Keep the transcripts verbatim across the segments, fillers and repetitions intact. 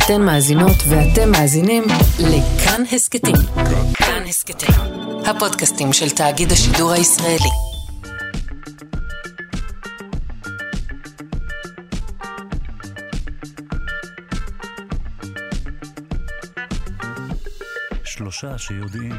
אתן מאזינות ואתם מאזינים לכאן הסקטים. כאן הסקטים, הפודקאסטים של תאגיד השידור הישראלי. שלושה שיודעים.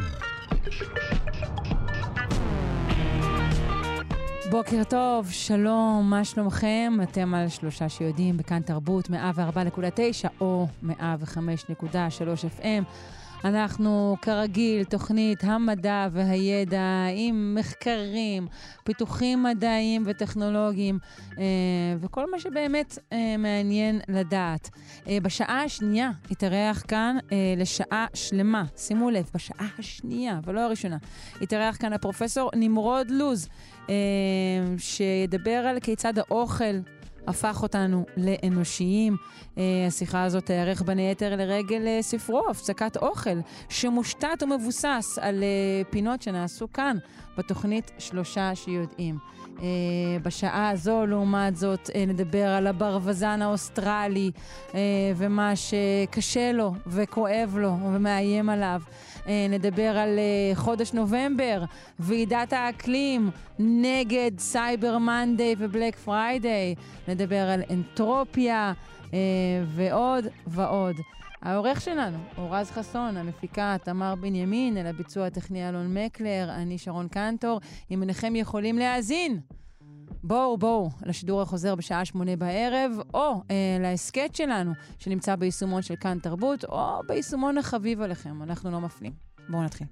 בוקר טוב, שלום, מה שלומכם? אתם על שלושה שיודעים בכאן תרבות מאה וארבע נקודה תשע או מאה וחמש נקודה שלוש אף אם. אנחנו כרגיל תוכנית המדע והידע עם מחקרים, פיתוחים מדעיים וטכנולוגיים אה, וכל מה שבאמת אה, מעניין לדעת. אה, בשעה השנייה התארח כאן אה, לשעה שלמה, שימו לב, בשעה השנייה ולא הראשונה, התארח כאן הפרופסור נמרוד לוז, אה, שידבר על כיצד האוכל הפך אותנו לאנושיים. Uh, השיחה הזאת תארך בין היתר לרגל uh, ספרו, הפסקת אוכל, שמושתת ומבוסס על uh, פינות שנעשו כאן, בתוכנית שלושה שיודעים. Uh, בשעה הזו, לעומת זאת, uh, נדבר על הברווזן האוסטרלי, uh, ומה שקשה לו וכואב לו ומאיים עליו. Uh, נדבר על uh, חודש נובמבר, ועידת האקלים נגד סייבר מנדיי ובלק פריידיי. נדבר על אנטרופיה uh, ועוד ועוד. העורך שלנו, אורז חסון, המפיקה תמר בנימין, אל הביצוע הטכני אלון מקלר, אני שרון קנטור. אם אינכם יכולים להאזין, בואו בואו לשידור החוזר בשעה שמונה בערב, או אה, להסקט שלנו שנמצא ביישומון של כאן תרבות, או ביישומון החביב עליכם. אנחנו לא מפלים. בואו נתחיל.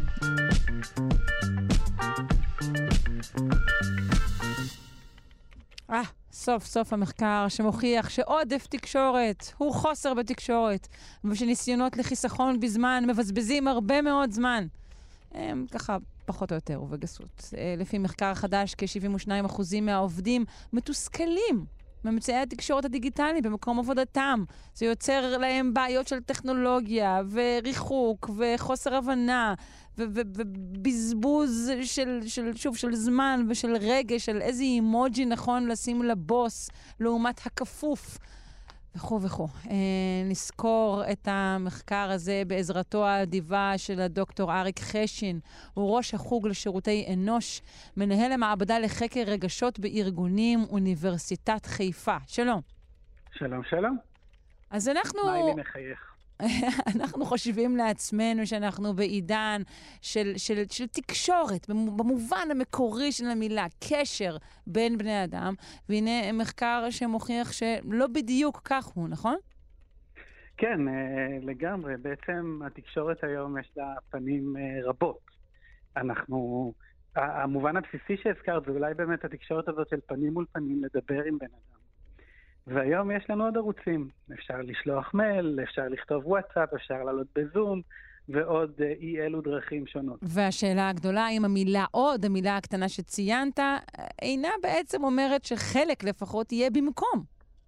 אה, סוף סוף המחקר שמוכיח שעודף תקשורת הוא חוסר בתקשורת, ושניסיונות לחיסכון בזמן מבזבזים הרבה מאוד זמן. הם ככה פחות או יותר ובגסות. לפי מחקר חדש, כ-שבעים ושניים אחוז מהעובדים מתוסכלים ממצאי התקשורת הדיגיטלית במקום עבודתם. זה יוצר להם בעיות של טכנולוגיה וריחוק וחוסר הבנה ו- ו- ובזבוז של, של, שוב, של זמן ושל רגש, של איזה אימוג'י נכון לשים לבוס לעומת הכפוף וכו וכו. אה, נזכור את המחקר הזה בעזרתו האדיבה של הדוקטור אריק חשין. הוא ראש החוג לשירותי אנוש, מנהל המעבדה לחקר רגשות בארגונים, אוניברסיטת חיפה. שלום. שלום, שלום. אז אנחנו... מה אלי מחייך? אנחנו חושבים לעצמנו שאנחנו בעידן של, של, של תקשורת, במובן המקורי של המילה, קשר בין בני אדם, והנה מחקר שמוכיח שלא בדיוק כך הוא, נכון? כן, לגמרי. בעצם התקשורת היום יש לה פנים רבות. אנחנו, המובן הבסיסי שהזכרת, זה אולי באמת התקשורת הזאת של פנים מול פנים, לדבר עם בן אדם. והיום יש לנו עוד ערוצים. אפשר לשלוח מייל, אפשר לכתוב וואטסאפ, אפשר לעלות בזום, ועוד אי אלו דרכים שונות. והשאלה הגדולה, האם המילה עוד, המילה הקטנה שציינת, אינה בעצם אומרת שחלק לפחות יהיה במקום?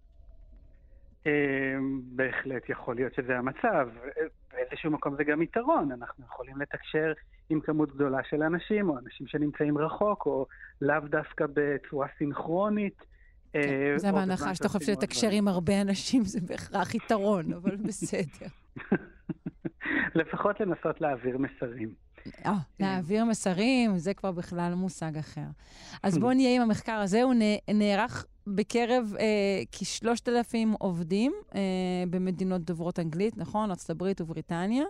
בהחלט יכול להיות שזה המצב. באיזשהו מקום זה גם יתרון. אנחנו יכולים לתקשר עם כמות גדולה של אנשים, או אנשים שנמצאים רחוק, או לאו דווקא בצורה סינכרונית. זה בהנחה שאתה חושב לתקשר עם הרבה אנשים, זה בהכרח יתרון, אבל בסדר. לפחות לנסות להעביר מסרים. להעביר מסרים, זה כבר בכלל מושג אחר. אז בואו נהיה עם המחקר הזה, הוא נערך בקרב כשלושת אלפים עובדים במדינות דוברות אנגלית, נכון? ארצות הברית ובריטניה.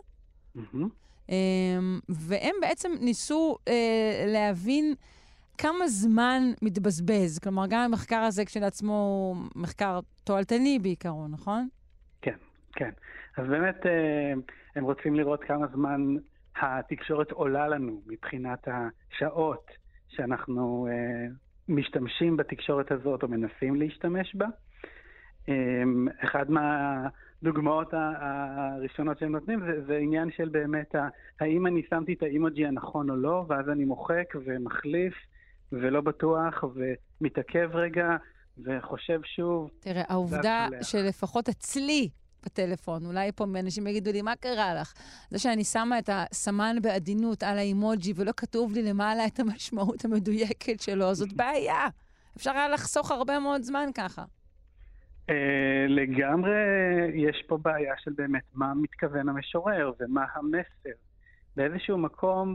והם בעצם ניסו להבין כמה זמן מתבזבז. כלומר, גם המחקר הזה כשלעצמו הוא מחקר תועלתני בעיקרון, נכון? כן, כן. אז באמת הם רוצים לראות כמה זמן התקשורת עולה לנו מבחינת השעות שאנחנו משתמשים בתקשורת הזאת או מנסים להשתמש בה. אחד מהדוגמאות הראשונות שהם נותנים זה, זה עניין של באמת האם אני שמתי את האימוג'י הנכון או לא, ואז אני מוחק ומחליף ולא בטוח, ומתעכב רגע, וחושב שוב. תראה, העובדה שלפחות אצלי בטלפון, אולי פה אנשים יגידו לי, מה קרה לך? זה שאני שמה את הסמן בעדינות על האימוג'י, ולא כתוב לי למעלה את המשמעות המדויקת שלו, זאת בעיה. אפשר היה לחסוך הרבה מאוד זמן ככה. לגמרי יש פה בעיה של באמת מה מתכוון המשורר ומה המסר. באיזשהו מקום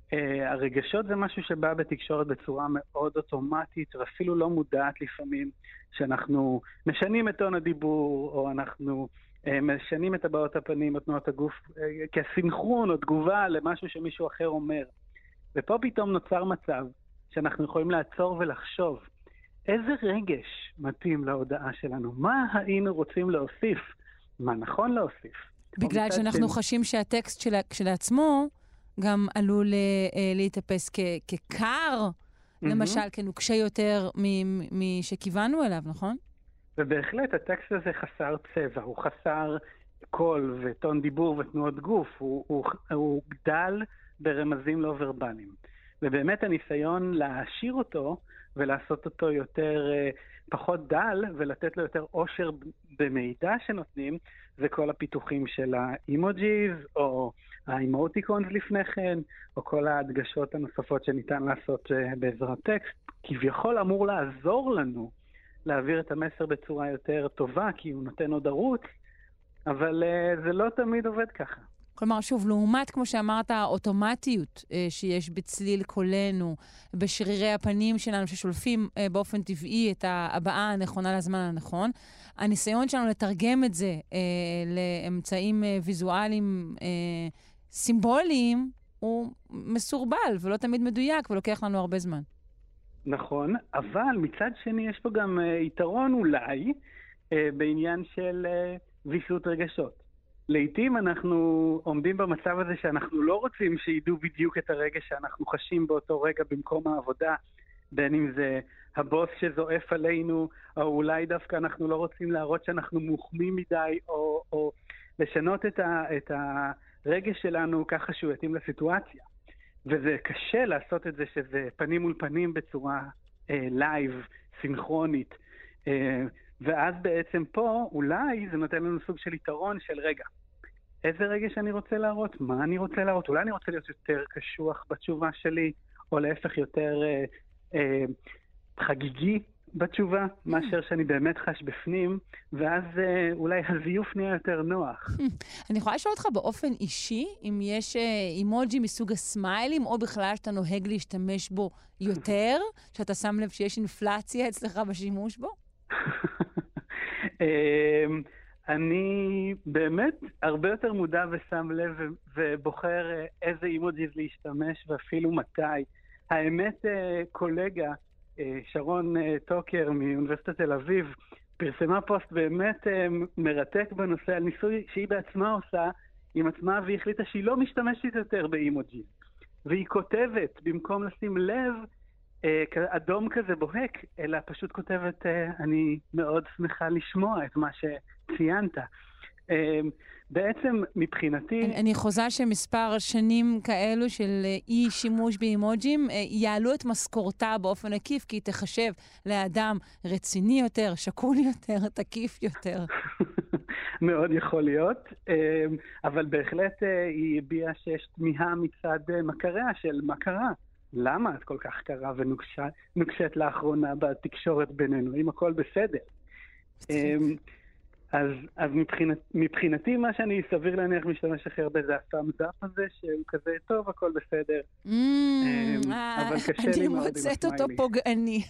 הרגשות זה משהו שבא בתקשורת בצורה מאוד אוטומטית ואפילו לא מודעת לפעמים, שאנחנו משנים את טון הדיבור או אנחנו משנים את הבעות הפנים או תנועות הגוף כסינכרון או תגובה למשהו שמישהו אחר אומר. ופה פתאום נוצר מצב שאנחנו יכולים לעצור ולחשוב איזה רגש מתאים להודעה שלנו, מה היינו רוצים להוסיף, מה נכון להוסיף. בגלל שאנחנו ש... חשים שהטקסט של, שלעצמו גם עלול להתאפס כ, כקר, mm-hmm. למשל כנוקשה יותר משכיוונו אליו, נכון? ובהחלט הטקסט הזה חסר צבע, הוא חסר קול וטון דיבור ותנועות גוף, הוא, הוא, הוא גדל ברמזים לא ורבליים. ובאמת הניסיון להעשיר אותו ולעשות אותו יותר פחות דל ולתת לו יותר עושר במידע שנותנים, זה כל הפיתוחים של האימוג'יז או האימוטיקונס לפני כן, או כל ההדגשות הנוספות שניתן לעשות בעזרת טקסט, כביכול אמור לעזור לנו להעביר את המסר בצורה יותר טובה, כי הוא נותן עוד ערוץ, אבל זה לא תמיד עובד ככה. כלומר, שוב, לעומת, כמו שאמרת, האוטומטיות אה, שיש בצליל קולנו, בשרירי הפנים שלנו ששולפים אה, באופן טבעי את ההבעה הנכונה לזמן הנכון, הניסיון שלנו לתרגם את זה אה, לאמצעים אה, ויזואליים אה, סימבוליים, הוא מסורבל ולא תמיד מדויק ולוקח לנו הרבה זמן. נכון, אבל מצד שני יש פה גם אה, יתרון אולי אה, בעניין של אה, ויסות רגשות. לעתים אנחנו עומדים במצב הזה שאנחנו לא רוצים שידעו בדיוק את הרגע שאנחנו חשים באותו רגע במקום העבודה, בין אם זה הבוס שזועף עלינו, או אולי דווקא אנחנו לא רוצים להראות שאנחנו מוחמים מדי, או, או לשנות את, ה, את הרגש שלנו ככה שהוא יתאים לסיטואציה. וזה קשה לעשות את זה שזה פנים מול פנים בצורה אה, לייב, סינכרונית, אה, ואז בעצם פה אולי זה נותן לנו סוג של יתרון של רגע. איזה רגע שאני רוצה להראות? מה אני רוצה להראות? אולי אני רוצה להיות יותר קשוח בתשובה שלי, או להפך יותר אה, אה, חגיגי בתשובה, מאשר שאני באמת חש בפנים, ואז אה, אולי הזיוף נהיה יותר נוח. אני יכולה לשאול אותך באופן אישי, אם יש אה, אימוג'י מסוג הסמיילים, או בכלל שאתה נוהג להשתמש בו יותר, שאתה שם לב שיש אינפלציה אצלך בשימוש בו? אני באמת הרבה יותר מודע ושם לב ובוחר איזה אימוג'יז להשתמש ואפילו מתי. האמת, קולגה שרון טוקר מאוניברסיטת תל אביב פרסמה פוסט באמת מרתק בנושא על ניסוי שהיא בעצמה עושה עם עצמה, והיא החליטה שהיא לא משתמשת יותר באימוג'יז. והיא כותבת, במקום לשים לב, אדום כזה בוהק, אלא פשוט כותבת, אני מאוד שמחה לשמוע את מה שציינת. בעצם מבחינתי... אני, אני חוזה שמספר שנים כאלו של אי שימוש באימוג'ים יעלו את משכורתה באופן עקיף, כי היא תחשב לאדם רציני יותר, שקול יותר, תקיף יותר. מאוד יכול להיות, אבל בהחלט היא הביעה שיש תמיהה מצד מכריה של מה קרה. למה את כל כך קרה ונוקשת לאחרונה בתקשורת בינינו, אם הכל בסדר? אז, אז מבחינת, מבחינתי מה שאני סביר להניח משתמש הכי הרבה זה הסאמזאפ הזה, שהוא כזה טוב, הכל בסדר. אבל קשה לי מאוד עם הסמיילי. אני מוצאת אותו פוגעני.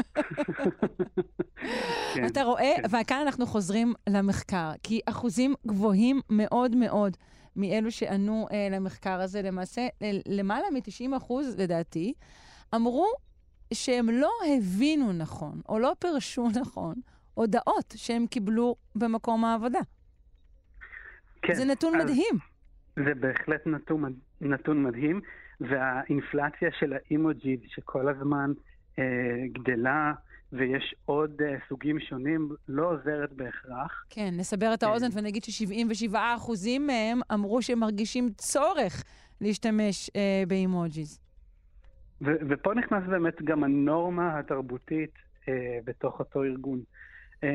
אתה רואה, וכאן אנחנו חוזרים למחקר, כי אחוזים גבוהים מאוד מאוד מאלו שענו אה, למחקר הזה, למעשה, למעלה מ-תשעים אחוז לדעתי, אמרו שהם לא הבינו נכון, או לא פרשו נכון, הודעות שהם קיבלו במקום העבודה. כן, זה נתון מדהים. זה בהחלט נתון, נתון מדהים, והאינפלציה של האימוג'יז שכל הזמן אה, גדלה, ויש עוד uh, סוגים שונים, לא עוזרת בהכרח. כן, נסבר את האוזן כן. ונגיד ש-שבעים ושבעה אחוזים מהם אמרו שהם מרגישים צורך להשתמש uh, באימוג'יז. ו- ופה נכנס באמת גם הנורמה התרבותית uh, בתוך אותו ארגון. Uh,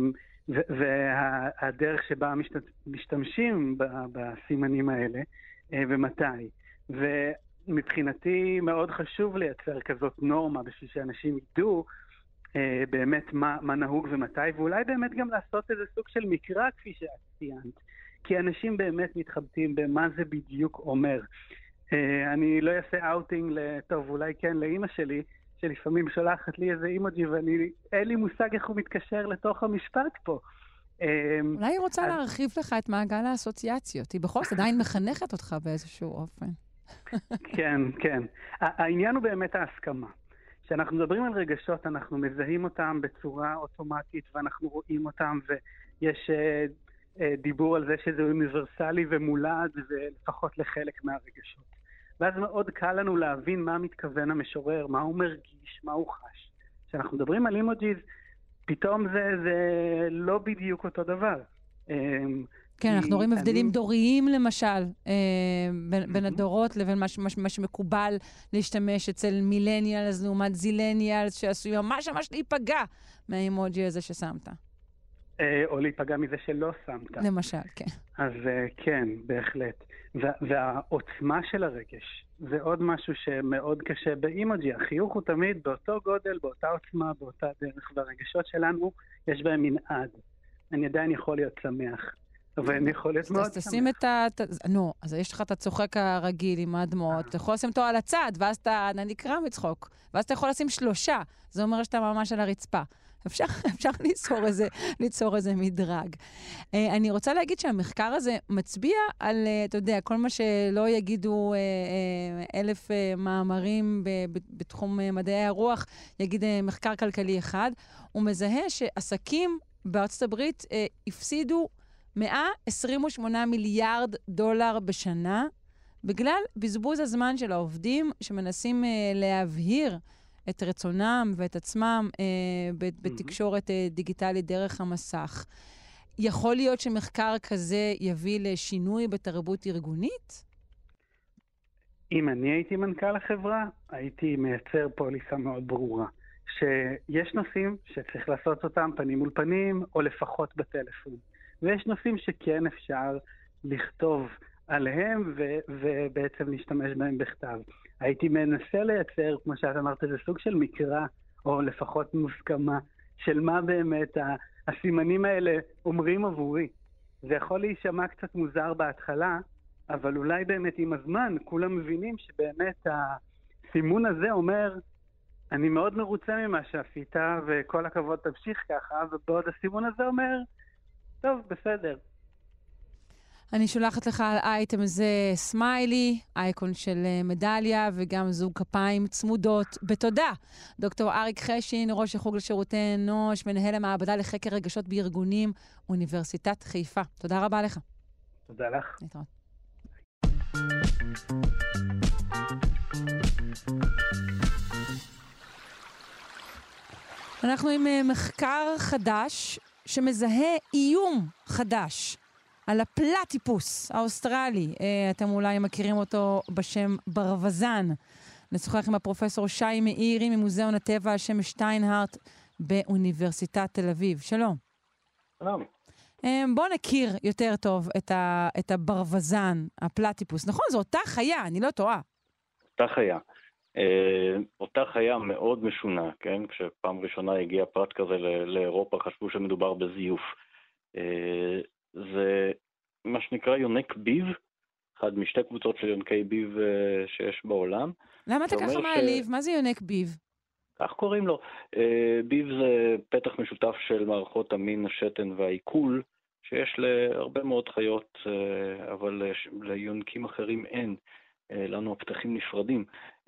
והדרך שבה משת- משתמשים ב- בסימנים האלה, uh, ומתי. ומבחינתי מאוד חשוב לייצר כזאת נורמה, בשביל שאנשים ידעו, באמת מה, מה נהוג ומתי, ואולי באמת גם לעשות איזה סוג של מקרא כפי שאת ציינת, כי אנשים באמת מתחבטים במה זה בדיוק אומר. אני לא אעשה אאוטינג, טוב אולי כן לאמא שלי, שלפעמים שולחת לי איזה אימוג'י ואני, אין לי מושג איך הוא מתקשר לתוך המשפט פה. אולי היא רוצה להרחיב לך את מעגל האסוציאציות, היא בכל זאת עדיין מחנכת אותך באיזשהו אופן. כן, כן. העניין הוא באמת ההסכמה. כשאנחנו מדברים על רגשות, אנחנו מזהים אותם בצורה אוטומטית, ואנחנו רואים אותם, ויש דיבור על זה שזה אוניברסלי ומולד, ולפחות לחלק מהרגשות. ואז מאוד קל לנו להבין מה מתכוון המשורר, מה הוא מרגיש, מה הוא חש. כשאנחנו מדברים על אימוג'יז, פתאום זה, זה לא בדיוק אותו דבר. כן, אנחנו רואים הבדלים דוריים למשל, בין הדורות לבין מה שמקובל להשתמש אצל מילניאלס לעומת זילניאלס, שעשוי ממש ממש להיפגע מהאימוג'י הזה ששמת. או להיפגע מזה שלא שמת. למשל, כן. אז כן, בהחלט. והעוצמה של הרגש, זה עוד משהו שמאוד קשה באימוג'י. החיוך הוא תמיד באותו גודל, באותה עוצמה, באותה דרך, והרגשות שלנו יש בהם מנעד. אני עדיין יכול להיות שמח. אבל אני יכול להיות מאוד שמח. אז תשים את ה... נו, אז יש לך את הצוחק הרגיל עם הדמעות, אתה יכול לשים אותו על הצד, ואז אתה נקרא מצחוק, ואז אתה יכול לשים שלושה, זה אומר שאתה ממש על הרצפה. אפשר, אפשר ליצור איזה, ליצור איזה מדרג. אני רוצה להגיד שהמחקר הזה מצביע על, אתה יודע, כל מה שלא יגידו אלף מאמרים בתחום מדעי הרוח, יגיד מחקר כלכלי אחד, הוא מזהה שעסקים בארצות הברית הפסידו מאה עשרים ושמונה מיליארד דולר בשנה, בגלל בזבוז הזמן של העובדים שמנסים להבהיר את רצונם ואת עצמם בתקשורת דיגיטלית דרך המסך. יכול להיות שמחקר כזה יביא לשינוי בתרבות ארגונית? אם אני הייתי מנכ"ל החברה, הייתי מייצר פוליסה מאוד ברורה. שיש נושאים שצריך לעשות אותם פנים מול פנים, או לפחות בטלפון. ויש נושאים שכן אפשר לכתוב עליהם ו- ובעצם להשתמש בהם בכתב. הייתי מנסה לייצר, כמו שאת אמרת, זה סוג של מקרא, או לפחות מוסכמה, של מה באמת הסימנים האלה אומרים עבורי. זה יכול להישמע קצת מוזר בהתחלה, אבל אולי באמת עם הזמן כולם מבינים שבאמת הסימון הזה אומר, אני מאוד מרוצה ממה שעשית, וכל הכבוד תמשיך ככה, ובעוד הסימון הזה אומר, טוב, בסדר. אני שולחת לך על האייטם הזה סמיילי, אייקון של מדליה וגם זוג כפיים צמודות. בתודה. דוקטור אריק חשין, ראש החוג לשירותי אנוש, מנהל המעבדה לחקר רגשות בארגונים, אוניברסיטת חיפה. תודה רבה לך. תודה לך. להתראות. אנחנו עם מחקר חדש שמזהה איום חדש על הפלטיפוס האוסטרלי. אתם אולי מכירים אותו בשם ברווזן. נשוחח עם הפרופסור שי מאירי ממוזיאון הטבע על שם שטיינהארט באוניברסיטת תל אביב. שלום. שלום. בואו נכיר יותר טוב את, ה, את הברווזן, הפלטיפוס. נכון, זו אותה חיה, אני לא טועה. אותה חיה. אותה חיה מאוד משונה, כן? כשפעם ראשונה הגיע פרט כזה לאירופה, חשבו שמדובר בזיוף. זה מה שנקרא יונק ביב, אחד משתי קבוצות של יונקי ביב שיש בעולם. למה אתה ככה מעליב? ש... מה זה יונק ביב? כך קוראים לו. ביב זה פתח משותף של מערכות המין, השתן והעיכול, שיש להרבה מאוד חיות, אבל ליונקים אחרים אין. לנו הפתחים נפרדים.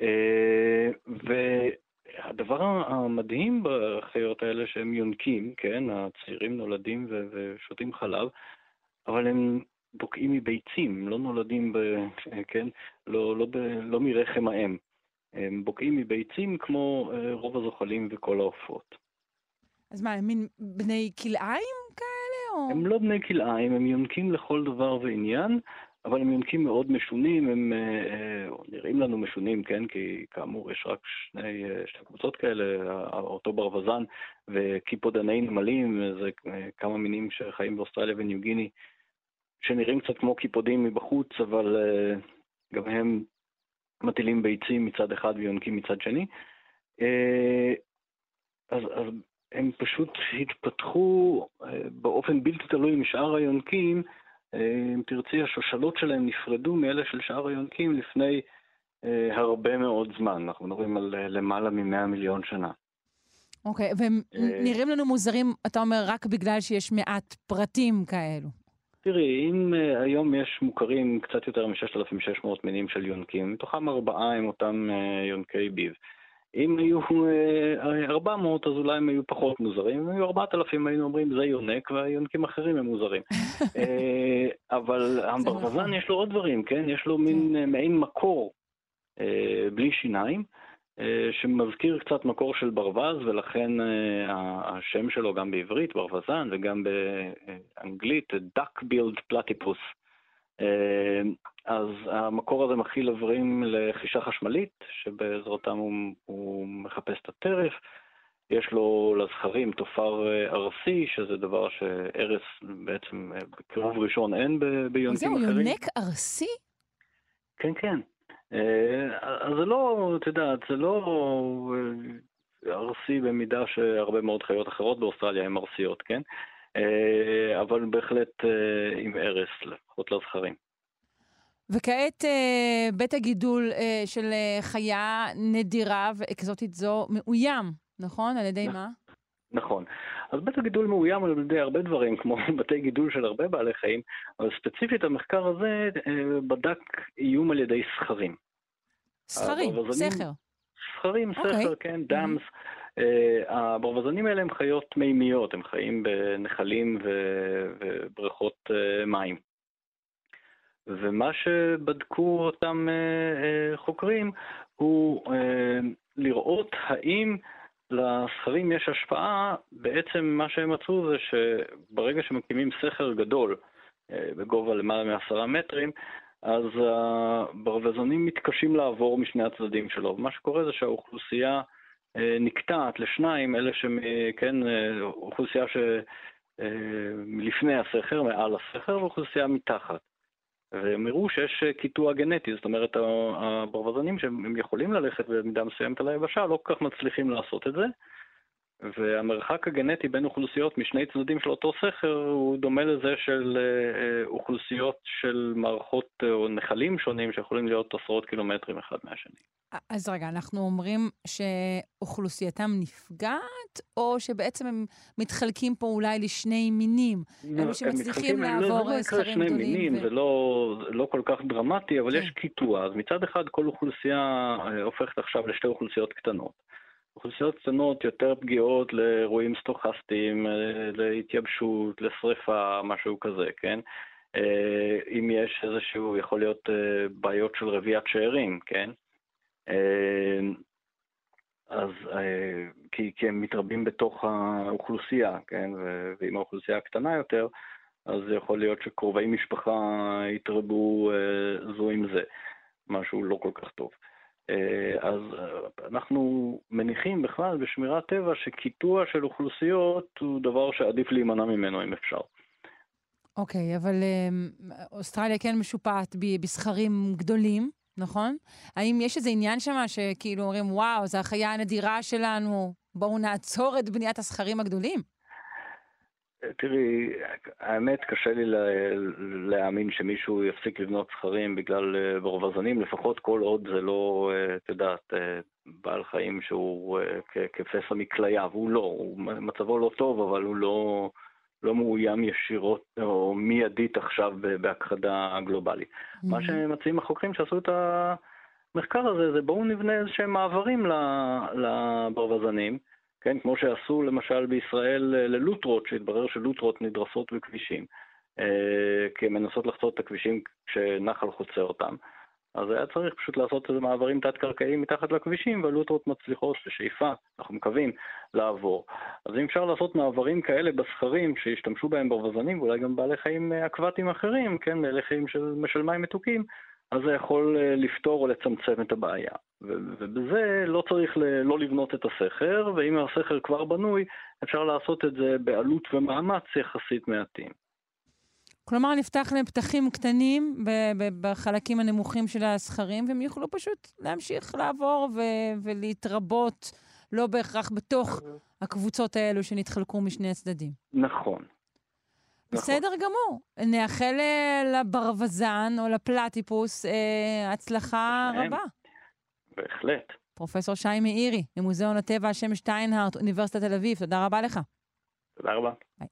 והדבר המדהים בחיות האלה שהם יונקים, כן, הצעירים נולדים ושותים חלב, אבל הם בוקעים מביצים, לא נולדים, ב, כן, לא, לא, ב, לא מרחם האם. הם בוקעים מביצים כמו רוב הזוחלים וכל העופות. אז מה, הם מין בני כלאיים כאלה? או... הם לא בני כלאיים, הם יונקים לכל דבר ועניין, אבל הם יונקים מאוד משונים, הם אה, נראים לנו משונים, כן? כי כאמור יש רק שני, שתי קבוצות כאלה, אותו ברווזן וקיפודני נמלים, זה כמה מינים שחיים באוסטרליה וניו גיני, שנראים קצת כמו קיפודים מבחוץ, אבל אה, גם הם מטילים ביצים מצד אחד ויונקים מצד שני. אה, אז, אז הם פשוט התפתחו באופן בלתי תלוי משאר היונקים. אם תרצי, השושלות שלהם נפרדו מאלה של שאר היונקים לפני הרבה מאוד זמן. אנחנו מדברים על למעלה ממאה מיליון שנה. אוקיי, והם נראים לנו מוזרים, אתה אומר, רק בגלל שיש מעט פרטים כאלו. תראי, אם היום יש מוכרים קצת יותר מ-ששת אלפים ושש מאות מינים של יונקים, מתוכם ארבעה הם אותם יונקי ביב. אם היו ארבע מאות, אז אולי הם היו פחות מוזרים. אם היו ארבעת אלפים, היינו אומרים, זה יונק, והיונקים אחרים הם מוזרים. אבל הברווזן יש לו עוד דברים, כן? יש לו מין מעין מקור בלי שיניים, שמזכיר קצת מקור של ברווז, ולכן השם שלו גם בעברית, ברווזן, וגם באנגלית, duck-billed platypus. אז המקור הזה מכיל איברים לחישה חשמלית, שבעזרתם הוא, הוא מחפש את הטרף. יש לו לזכרים תופר ארסי, שזה דבר שארס בעצם בקרוב ראשון אין ביונקים אחרים. זהו, יונק ארסי? כן, כן. אז זה לא, אתה יודע, זה לא ארסי במידה שהרבה מאוד חיות אחרות באוסטרליה הן ארסיות, כן? אבל בהחלט עם ארס, לפחות לזכרים. וכעת בית הגידול של חיה נדירה ואקזוטית זו מאוים, נכון? על ידי מה? נכון. אז בית הגידול מאוים על ידי הרבה דברים, כמו בתי גידול של הרבה בעלי חיים, אבל ספציפית המחקר הזה בדק איום על ידי סחרים. סחרים, סחר. סחרים, סחר, כן, דאמס. הברווזנים האלה הם חיות מימיות, הם חיים בנחלים ובריכות מים. ומה שבדקו אותם חוקרים הוא לראות האם לסחרים יש השפעה. בעצם מה שהם מצאו זה שברגע שמקימים סכר גדול בגובה למעלה מעשרה מטרים, אז הברווזנים מתקשים לעבור משני הצדדים שלו. ומה שקורה זה שהאוכלוסייה נקטעת לשניים, אלה שכן, אוכלוסייה שלפני הסכר, מעל הסכר, ואוכלוסייה מתחת. והם הראו שיש קיטוע גנטי, זאת אומרת, הברווזנים שהם יכולים ללכת במידה מסוימת על היבשה, לא כל כך מצליחים לעשות את זה, והמרחק הגנטי בין אוכלוסיות משני צדדים של אותו סכר הוא דומה לזה של אוכלוסיות של מערכות או נחלים שונים שיכולים להיות עשרות קילומטרים אחד מהשני. אז רגע, אנחנו אומרים שאוכלוסייתם נפגעת, או שבעצם הם מתחלקים פה אולי לשני מינים? אלו שמצליחים לעבור סכרים גדולים. שני מינים, זה לא כל כך דרמטי, אבל יש קיטוע. אז מצד אחד כל אוכלוסייה הופכת עכשיו לשתי אוכלוסיות קטנות. אוכלוסיות קטנות יותר פגיעות לאירועים סטוכסטיים, להתייבשות, לשריפה, משהו כזה, כן? אם יש איזשהו, יכול להיות בעיות של רביית שארים, כן? אז כי, כי הם מתרבים בתוך האוכלוסייה, כן? ואם האוכלוסייה קטנה יותר, אז זה יכול להיות שקרובי משפחה יתרבו זו עם זה, משהו לא כל כך טוב. אז אנחנו מניחים בכלל בשמירת טבע שקיטוע של אוכלוסיות הוא דבר שעדיף להימנע ממנו אם אפשר. אוקיי, אבל אוסטרליה כן משופעת בסחרים גדולים, נכון? האם יש איזה עניין שם שכאילו אומרים, וואו, זו החיה הנדירה שלנו, בואו נעצור את בניית הסחרים הגדולים? תראי, האמת קשה לי להאמין שמישהו יפסיק לבנות סחרים בגלל ברווזנים, לפחות כל עוד זה לא, תדעת, בעל חיים שהוא כפסע מכליה, והוא לא, הוא, מצבו לא טוב, אבל הוא לא, לא מאוים ישירות או מיידית עכשיו בהכחדה גלובלית. Mm-hmm. מה שמציעים החוקרים שעשו את המחקר הזה, זה בואו נבנה איזשהם מעברים לברווזנים, כן, כמו שעשו למשל בישראל ללוטרות, שהתברר שלוטרות נדרסות בכבישים, כי הן מנסות לחצות את הכבישים כשנחל חוצה אותם. אז היה צריך פשוט לעשות איזה מעברים תת-קרקעיים מתחת לכבישים, והלוטרות מצליחות בשאיפה, אנחנו מקווים, לעבור. אז אם אפשר לעשות מעברים כאלה בסחרים שישתמשו בהם ברווזנים, ואולי גם בעלי חיים אקוואטיים אחרים, כן, בעלי חיים של, של מים מתוקים, אז זה יכול לפתור או לצמצם את הבעיה. ובזה לא צריך לא לבנות את הסכר, ואם הסכר כבר בנוי, אפשר לעשות את זה בעלות ומאמץ יחסית מעטים. כלומר, נפתח להם פתחים קטנים בחלקים הנמוכים של הסכרים, והם יוכלו פשוט להמשיך לעבור ו- ולהתרבות לא בהכרח בתוך הקבוצות האלו שנתחלקו משני הצדדים. נכון. בסדר גמור. נאחל לברווזן או לפלטיפוס הצלחה רבה. בהחלט. פרופסור שי מאירי, ממוזיאון הטבע השם שטיינהרט, אוניברסיטת תל אביב. תודה רבה לך. תודה רבה. ביי.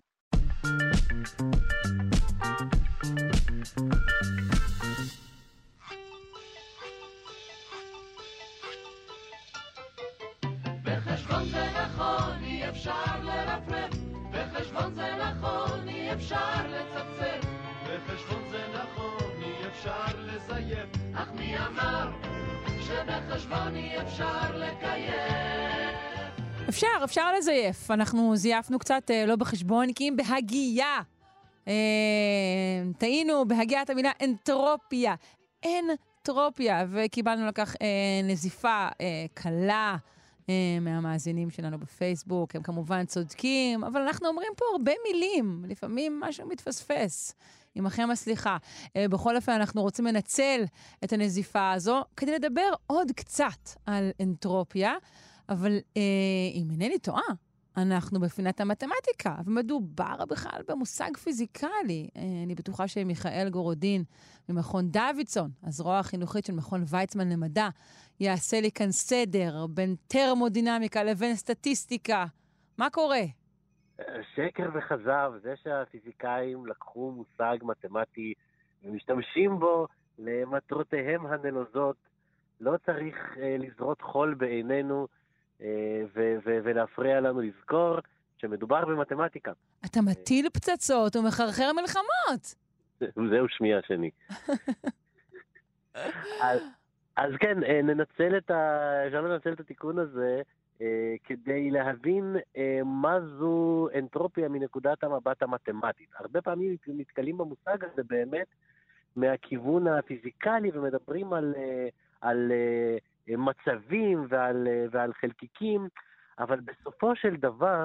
בחשבון זה נכון, אי אפשר לרפרף, בחשבון זה נכון, אי אפשר לצפצף, בחשבון זה נכון, אי אפשר לזייף, אך מי אמר שבחשבון אי אפשר לקיים? אפשר, אפשר לזייף. אנחנו זייפנו קצת, לא בחשבון, כי אם בהגייה. אה, טעינו בהגיית המילה אנטרופיה. אנטרופיה, וקיבלנו לכך אה, נזיפה אה, קלה אה, מהמאזינים שלנו בפייסבוק. הם כמובן צודקים, אבל אנחנו אומרים פה הרבה מילים. לפעמים משהו מתפספס. עמכם הסליחה. אה, בכל אופן, אנחנו רוצים לנצל את הנזיפה הזו כדי לדבר עוד קצת על אנטרופיה. אבל אה, אם אינני טועה, אנחנו בפינת המתמטיקה, ומדובר בכלל במושג פיזיקלי. אה, אני בטוחה שמיכאל גורודין ממכון דוידסון, הזרוע החינוכית של מכון ויצמן למדע, יעשה לי כאן סדר בין טרמודינמיקה לבין סטטיסטיקה. מה קורה? שקר וכזב, זה שהפיזיקאים לקחו מושג מתמטי ומשתמשים בו למטרותיהם הנלוזות, לא צריך אה, לזרות חול בעינינו, ו- ו- ולהפריע לנו לזכור שמדובר במתמטיקה. אתה מטיל פצצות ומחרחר מלחמות. זהו שמי השני. אז, אז כן, ננצל את ה... אפשר לנצל את התיקון הזה כדי להבין מה זו אנטרופיה מנקודת המבט המתמטית. הרבה פעמים נתקלים במושג הזה באמת מהכיוון הפיזיקלי ומדברים על... על מצבים ועל, ועל חלקיקים, אבל בסופו של דבר,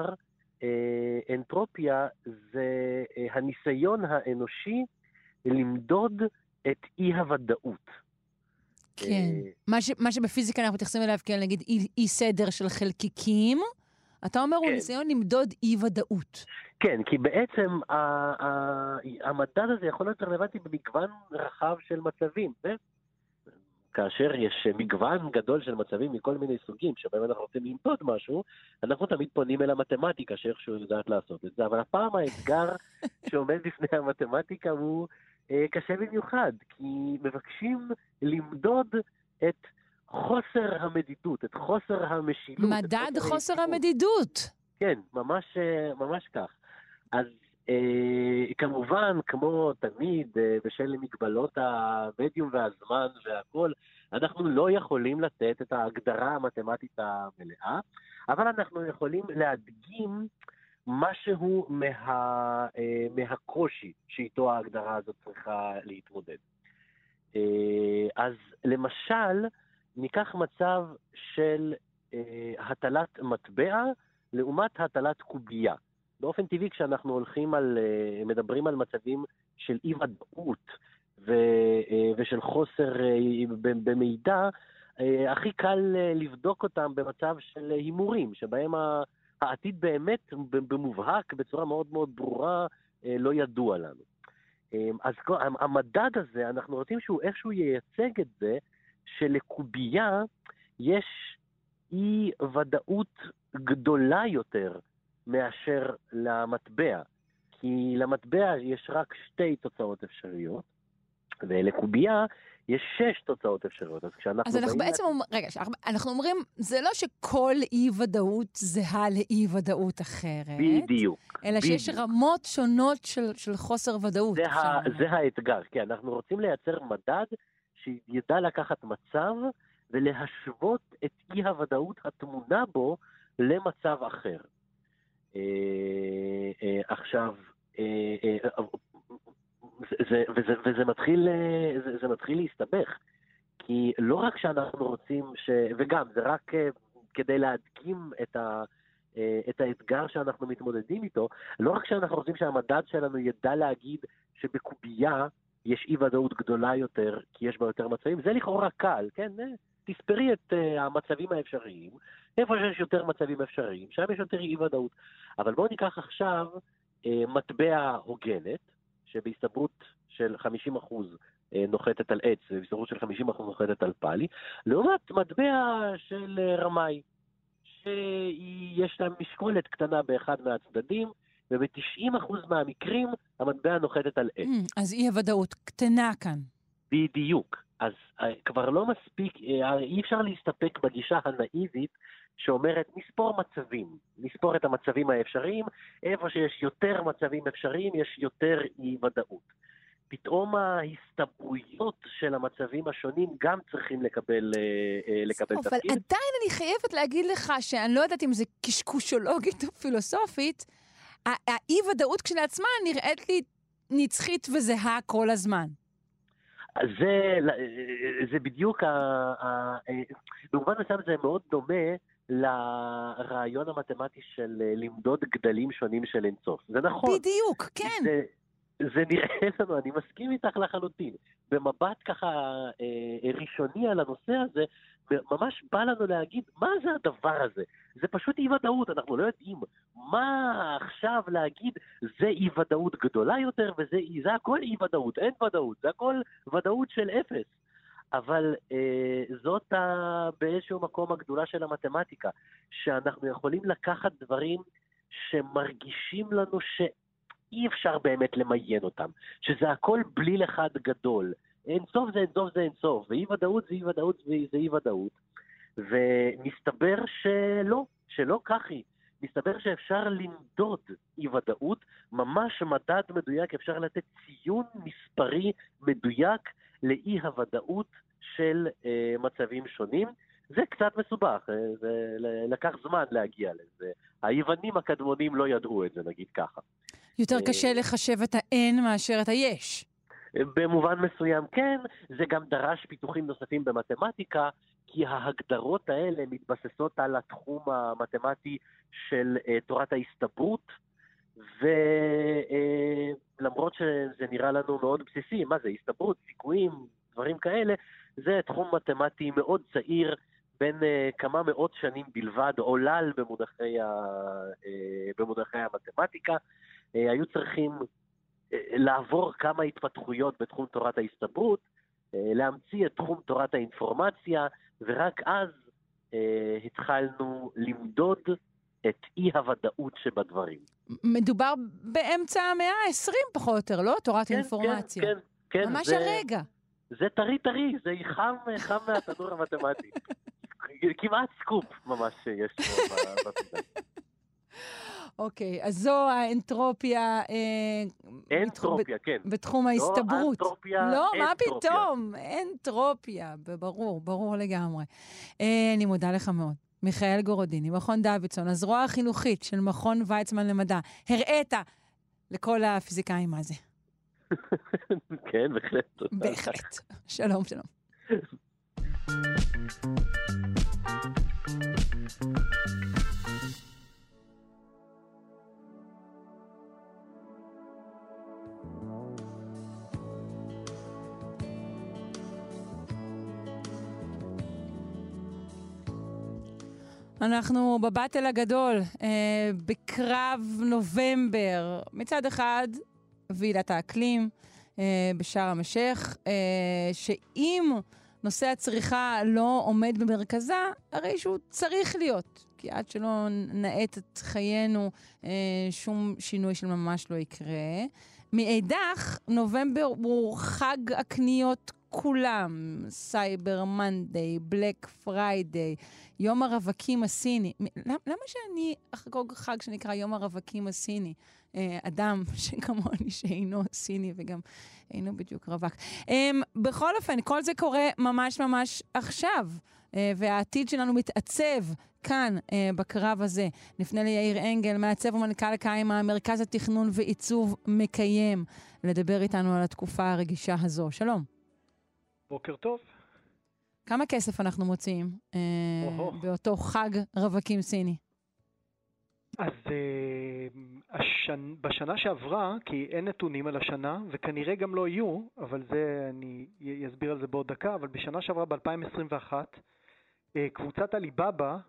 אנטרופיה זה הניסיון האנושי למדוד את אי-הוודאות. כן. מה, ש, מה שבפיזיקה אנחנו מתייחסים אליו, כן, נגיד אי, אי סדר של חלקיקים, אתה אומר, כן. הוא ניסיון למדוד אי-ודאות. כן, כי בעצם ה, ה, המדד הזה יכול להיות רלוונטי במגוון רחב של מצבים, ו... כאשר יש מגוון גדול של מצבים מכל מיני סוגים, שבהם אנחנו רוצים למדוד משהו, אנחנו תמיד פונים אל המתמטיקה, שאיכשהו יודעת לעשות את זה, אבל הפעם האתגר שעומד בפני המתמטיקה הוא אה, קשה במיוחד, כי מבקשים למדוד את חוסר המדידות, את חוסר המשילות. מדד חוסר הישיבות. המדידות. כן, ממש, ממש כך. אז אה, כמובן, כמו תמיד, אה, בשל מגבלות המדיום והזמן והכל, אנחנו לא יכולים לתת את ההגדרה המתמטית המלאה, אבל אנחנו יכולים להדגים משהו מה, אה, מהקושי שאיתו ההגדרה הזאת צריכה להתמודד. אה, אז למשל, ניקח מצב של אה, הטלת מטבע לעומת הטלת קובייה. באופן טבעי כשאנחנו הולכים על, מדברים על מצבים של אי ודאות ושל חוסר במידע, הכי קל לבדוק אותם במצב של הימורים, שבהם העתיד באמת במובהק בצורה מאוד מאוד ברורה לא ידוע לנו. אז המדד הזה, אנחנו רוצים שהוא איכשהו ייצג את זה, שלקובייה יש אי ודאות גדולה יותר מאשר למטבע, כי למטבע יש רק שתי תוצאות אפשריות, ולקובייה יש שש תוצאות אפשריות. אז כשאנחנו אז אנחנו בעצם לה... אומר, רגע, אנחנו אומרים, זה לא שכל אי-ודאות זהה לאי-ודאות אחרת. בדיוק. אלא בדיוק. שיש רמות שונות של, של חוסר ודאות. זה, ה... זה האתגר, כי אנחנו רוצים לייצר מדד שידע לקחת מצב ולהשוות את אי-הוודאות התמונה בו למצב אחר. עכשיו, וזה מתחיל, זה מתחיל להסתבך, כי לא רק שאנחנו רוצים, וגם זה רק כדי להדגים את ה... את האתגר שאנחנו מתמודדים איתו, לא רק שאנחנו רוצים שהמדד שלנו ידע להגיד שבקובייה יש אי ודאות גדולה יותר, כי יש בה יותר מצבים, זה לכאורה קל, כן? תספרי את המצבים האפשריים, איפה שיש יותר מצבים אפשריים, שם יש יותר אי ודאות. אבל בואו ניקח עכשיו אה, מטבע הוגנת, שבהסתברות של חמישים אחוז אה, נוחתת על עץ, ובהסתברות של חמישים אחוז נוחתת על פאלי, לעומת מטבע של אה, רמאי, שיש להם משקולת קטנה באחד מהצדדים, וב-תשעים אחוז מהמקרים המטבע נוחתת על עץ. אז אי הוודאות קטנה כאן. בדיוק. אז כבר לא מספיק, אי אפשר להסתפק בגישה הנאיבית שאומרת נספור מצבים, נספור את המצבים האפשריים, איפה שיש יותר מצבים אפשריים יש יותר אי ודאות. פתאום ההסתברויות של המצבים השונים גם צריכים לקבל, לקבל אבל תפקיד. אבל עדיין אני חייבת להגיד לך שאני לא יודעת אם זה קשקושולוגית או פילוסופית, האי ודאות כשלעצמה נראית לי נצחית וזהה כל הזמן. זה, זה בדיוק, במובן מסוים זה מאוד דומה לרעיון המתמטי של למדוד גדלים שונים של אינסוף. זה נכון. בדיוק, כן. זה, זה נראה לנו, אני מסכים איתך לחלוטין. במבט ככה אה, ראשוני על הנושא הזה, ממש בא לנו להגיד, מה זה הדבר הזה? זה פשוט אי ודאות, אנחנו לא יודעים מה עכשיו להגיד, זה אי ודאות גדולה יותר, וזה זה הכל אי ודאות, אין ודאות, זה הכל ודאות של אפס. אבל אה, זאת ה, באיזשהו מקום הגדולה של המתמטיקה, שאנחנו יכולים לקחת דברים שמרגישים לנו שאי אפשר באמת למיין אותם, שזה הכל בליל אחד גדול. אין סוף זה אין סוף זה אין סוף, ואי ודאות זה אי ודאות זה אי ודאות, ומסתבר שלא, שלא כך היא. מסתבר שאפשר למדוד אי ודאות, ממש מדד מדויק, אפשר לתת ציון מספרי מדויק לאי הוודאות של אה, מצבים שונים. זה קצת מסובך, זה לקח זמן להגיע לזה. היוונים הקדמונים לא ידעו את זה, נגיד ככה. יותר קשה לחשב את האין מאשר את היש. במובן מסוים כן, זה גם דרש פיתוחים נוספים במתמטיקה, כי ההגדרות האלה מתבססות על התחום המתמטי של uh, תורת ההסתברות, ולמרות uh, שזה נראה לנו מאוד בסיסי, מה זה הסתברות, סיכויים, דברים כאלה, זה תחום מתמטי מאוד צעיר, בין uh, כמה מאות שנים בלבד, עולל במונחי, ה, uh, במונחי המתמטיקה, uh, היו צריכים לעבור כמה התפתחויות בתחום תורת ההסתברות, להמציא את תחום תורת האינפורמציה, ורק אז אה, התחלנו למדוד את אי הוודאות שבדברים. מדובר באמצע המאה ה-עשרים פחות או יותר, לא? תורת כן, האינפורמציה. כן, כן, כן. ממש זה, הרגע. זה טרי טרי, זה חם, חם מהתנור המתמטי. כמעט סקופ ממש שיש פה בפינה. אוקיי, אז זו האנטרופיה... אנטרופיה, כן. בתחום ההסתברות. לא אנטרופיה, לא, מה אנטרופיה. פתאום? אנטרופיה, ברור, ברור לגמרי. אני מודה לך מאוד. מיכאל גורודיני, מכון דוידסון, הזרוע החינוכית של מכון ויצמן למדע. הראית לכל הפיזיקאים מה זה. כן, בהחלט. בהחלט. שלום, שלום. אנחנו בבטל הגדול, אה, בקרב נובמבר. מצד אחד, ועידת האקלים אה, בשארם א-שייח, אה, שאם נושא הצריכה לא עומד במרכזה, הרי שהוא צריך להיות. כי עד שלא נעט את חיינו, אה, שום שינוי של ממש לא יקרה. מאידך, נובמבר הוא חג הקניות כולם, סייבר מנדיי, בלק פריידיי, יום הרווקים הסיני. למה, למה שאני אחגוג חג שנקרא יום הרווקים הסיני? אדם שכמוני שאינו סיני וגם אינו בדיוק רווק. בכל אופן, כל זה קורה ממש ממש עכשיו, והעתיד שלנו מתעצב כאן בקרב הזה. נפנה ליאיר אנגל, מעצב ומנכ"ל קיימה, מרכז התכנון ועיצוב מקיים, לדבר איתנו על התקופה הרגישה הזו. שלום. בוקר טוב. כמה כסף אנחנו מוציאים אה, באותו חג רווקים סיני? אז אה, השנ... בשנה שעברה, כי אין נתונים על השנה, וכנראה גם לא יהיו, אבל זה, אני אסביר על זה בעוד דקה, אבל בשנה שעברה ב-אלפיים עשרים ואחת, אה, קבוצת אליבאבא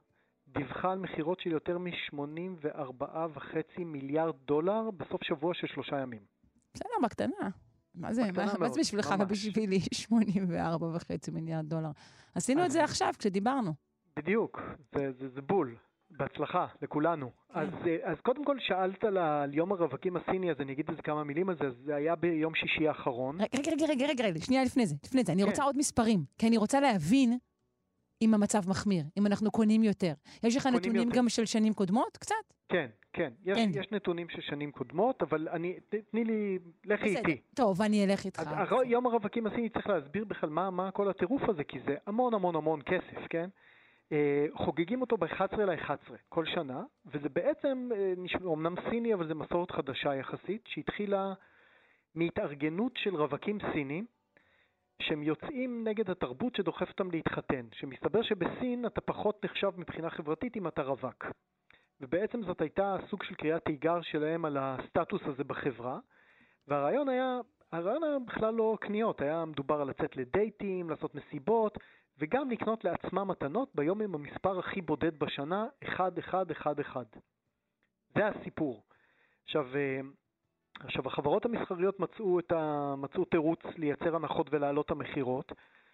דיווחה על מחירות של יותר מ-שמונים וארבעה וחצי מיליארד דולר בסוף שבוע של שלושה ימים. בסדר, בקטנה. מה זה? בקטנה מה מאוד, זה בשבילך ממש. ובשבילי שמונים וארבע וחצי מיליארד דולר? עשינו את זה עכשיו כשדיברנו. בדיוק, זה, זה, זה בול. בהצלחה, לכולנו. אז, אז קודם כל שאלת על, על יום הרווקים הסיני, אז אני אגיד איזה כמה מילים על זה, זה היה ביום שישי האחרון. רגע, רגע, רגע, רגע, רגע, שנייה לפני זה, לפני זה, אני כן. רוצה עוד מספרים, כי אני רוצה להבין אם המצב מחמיר, אם אנחנו קונים יותר. יש לך נתונים יותר. גם של שנים קודמות, קצת? כן, כן, יש, כן. יש נתונים של שנים קודמות, אבל אני, תני לי, לכי בסדר. איתי. טוב, אני אלך איתך. אז הר- יום הרווקים הסיני צריך להסביר בכלל מה, מה כל הטירוף הזה, כי זה המון המון המון כסף, כן? אה, חוגגים אותו ב-אחד עשר לאחד עשר כל שנה, וזה בעצם, אה, נשמע, אומנם סיני, אבל זה מסורת חדשה יחסית, שהתחילה מהתארגנות של רווקים סינים, שהם יוצאים נגד התרבות שדוחף אותם להתחתן, שמסתבר שבסין אתה פחות נחשב מבחינה חברתית אם אתה רווק. ובעצם זאת הייתה סוג של קריאת תיגר שלהם על הסטטוס הזה בחברה, והרעיון היה, הרעיון היה בכלל לא קניות, היה מדובר על לצאת לדייטים, לעשות מסיבות, וגם לקנות לעצמם מתנות ביום עם המספר הכי בודד בשנה, אחד, אחד, אחד, אחד. זה הסיפור. עכשיו, עכשיו החברות המסחריות מצאו, את ה, מצאו תירוץ לייצר הנחות ולהעלות המחירות,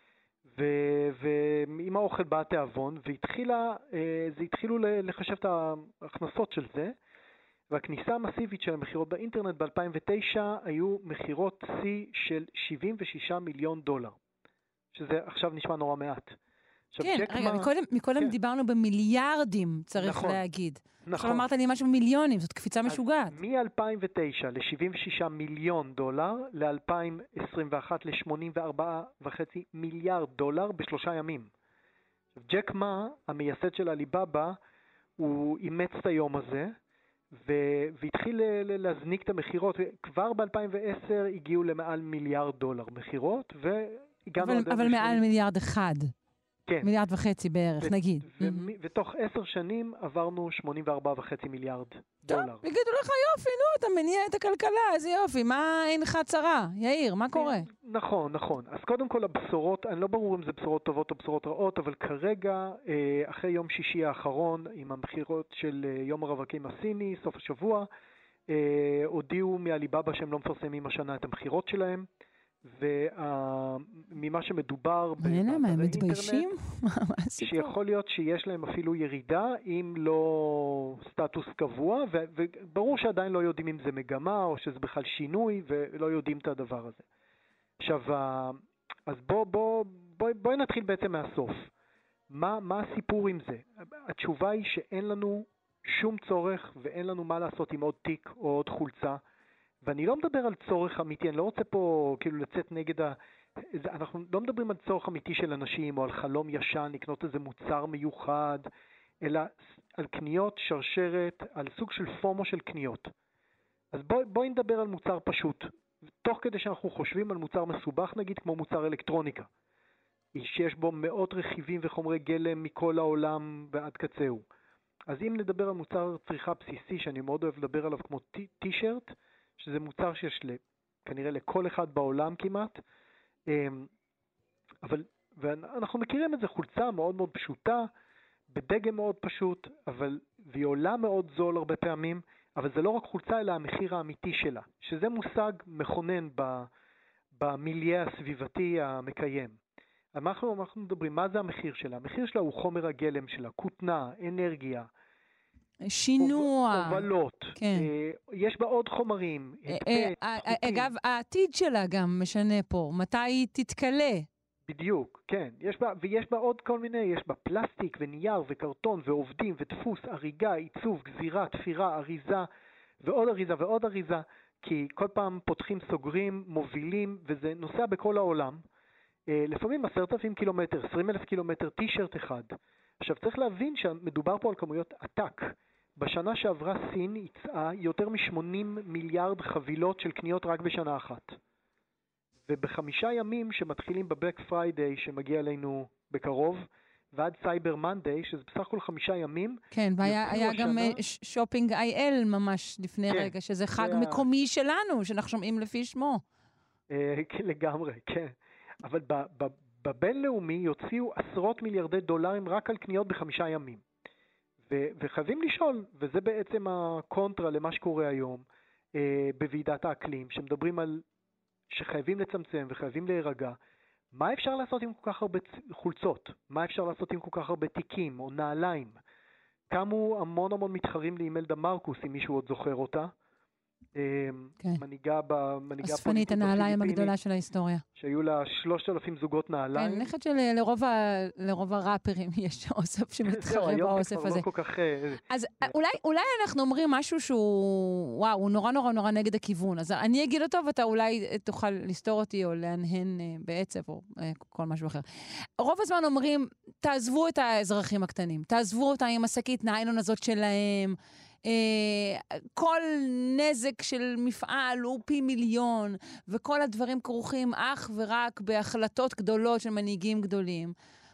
ו- ועם האוכל בא התיאבון, והתחילה, זה התחילו לחשב את ההכנסות של זה, והכניסה המסיבית של המחירות באינטרנט ב-אלפיים ותשע היו מחירות שיא של שבעים ושישה מיליון דולר, שזה עכשיו נשמע נורא מעט. עכשיו, כן, רגע, מה... מקודם, מקודם כן. דיברנו במיליארדים, צריך נכון, להגיד. נכון. עכשיו אמרת לי משהו במיליונים, זאת קפיצה משוגעת. מ-אלפיים ותשע ל-שבעים ושישה מיליון דולר, ל-אלפיים עשרים ואחת ל-שמונים וארבע וחצי מיליארד דולר בשלושה ימים. ג'ק מה, המייסד של אליבאבא, הוא אימץ את היום הזה, ו- והתחיל להזניק את המחירות, כבר ב-אלפיים ועשר הגיעו למעל מיליארד דולר מחירות, והגענו... אבל, אבל מעל מיליארד אחד. כן. מיליארד וחצי בערך, ו- נגיד. ו- ו- ותוך עשר שנים עברנו שמונים וארבע וחצי מיליארד טוב, דולר. יגידו לך יופי, נו, אתה מניע את הכלכלה, איזה יופי, מה אין לך צרה? יאיר, מה קורה? נכון, נכון. אז קודם כל הבשורות, אני לא ברור אם זה בשורות טובות או בשורות רעות, אבל כרגע, אחרי יום שישי האחרון, עם המחירות של יום הרווקים הסיני, סוף השבוע, הודיעו מאליבאבא שהם לא מפרסמים השנה את המחירות שלהם, וממה שמדובר מעניין למה, הם מתביישים? שיכול להיות שיש להם אפילו ירידה, אם לא סטטוס קבוע, וברור שעדיין לא יודעים אם זה מגמה, או שזה בכלל שינוי, ולא יודעים את הדבר הזה. עכשיו, אז בוא, בוא, בוא, בואי נתחיל בעצם מהסוף. מה, מה הסיפור עם זה? התשובה היא שאין לנו שום צורך, ואין לנו מה לעשות עם עוד תיק או עוד חולצה, ואני לא מדבר על צורך אמיתי, אני לא רוצה פה כאילו לצאת נגד ה... אנחנו לא מדברים על צורך אמיתי של אנשים, או על חלום ישן, לקנות איזה מוצר מיוחד, אלא על קניות, שרשרת, על סוג של פומו של קניות. אז בואי, בואי נדבר על מוצר פשוט, תוך כדי שאנחנו חושבים על מוצר מסובך, נגיד כמו מוצר אלקטרוניקה, שיש בו מאות רכיבים וחומרי גלם מכל העולם ועד קצהו. אז אם נדבר על מוצר צריכה בסיסי, שאני מאוד אוהב לדבר עליו כמו טי-שירט, שזה מוצר שיש כנראה לכל אחד בעולם כמעט, אבל, ואנחנו מכירים את זה, חולצה מאוד מאוד פשוטה, בדגם מאוד פשוט, אבל, והיא עולה מאוד זול הרבה פעמים, אבל זה לא רק חולצה, אלא המחיר האמיתי שלה, שזה מושג מכונן ב, במיליה הסביבתי המקיים. אנחנו, אנחנו מדברים, מה זה המחיר שלה? המחיר שלה הוא חומר הגלם שלה, כותנה, אנרגיה, שינוע. הובלות. כן. יש בה עוד חומרים. אגב, העתיד שלה גם משנה פה. מתי היא תתקלה? בדיוק, כן. יש בה, ויש בה עוד כל מיני, יש בה פלסטיק ונייר וקרטון ועובדים ודפוס, אריגה, עיצוב, גזירה, תפירה, אריזה, ועוד אריזה ועוד אריזה, כי כל פעם פותחים, סוגרים, מובילים, וזה נוסע בכל העולם. לפעמים עשרת אלפים קילומטר, עשרים אלף קילומטר, טישרט אחד. עכשיו צריך להבין שמדובר פה על כמויות עתק. בשנה שעברה סין יצאה יותר מ-שמונים מיליארד חבילות של קניות רק בשנה אחת. ובחמישה ימים שמתחילים בבלק פריידיי שמגיע אלינו בקרוב, ועד סייבר מנדיי, שזה בסך הכל חמישה ימים. כן, והיה היה גם שופינג איי אל ממש לפני כן, רגע, שזה חג זה מקומי ה... שלנו, שאנחנו שומעים לפי שמו. אה, לגמרי, כן. אבל ב... ב... בבינלאומי יוציאו עשרות מיליארדי דולרים רק על קניות בחמישה ימים. ו- וחייבים לשאול, וזה בעצם הקונטרה למה שקורה היום אה, בוועידת האקלים, שמדברים על שחייבים לצמצם וחייבים להירגע. מה אפשר לעשות עם כל כך הרבה חולצות? מה אפשר לעשות עם כל כך הרבה תיקים או נעליים? קמו המון המון מתחרים לאימלדה מרקוס, אם מישהו עוד זוכר אותה. כן. מנהיגה במנהיגה אספנית הנעליים הגדולה של ההיסטוריה. שהיו לה שלושת אלפים זוגות נעליים. כן, נכד של לרוב, ה, לרוב הראפרים יש אוסף שמתחרה באוסף הזה. לא כל כך... אז אולי, אולי אנחנו אומרים משהו שהוא, וואו, הוא נורא נורא נורא נגד הכיוון. אז אני אגיד אותו ואתה אולי תוכל לסתור אותי או להנהן בעצב או כל משהו אחר. רוב הזמן אומרים, תעזבו את האזרחים הקטנים, תעזבו אותם עם השקית ניילון הזאת שלהם, Uh, כל נזק של מפעל הוא פי מיליון, וכל הדברים כרוכים אך ורק בהחלטות גדולות של מנהיגים גדולים.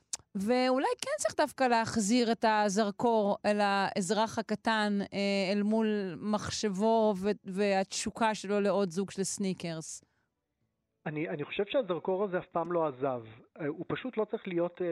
ואולי כן צריך דווקא להחזיר את הזרקור אל האזרח הקטן, uh, אל מול מחשבו ו- והתשוקה שלו לעוד זוג של סניקרס. אני, אני חושב שהזרקור הזה אף פעם לא עזב. הוא פשוט לא צריך להיות, אה,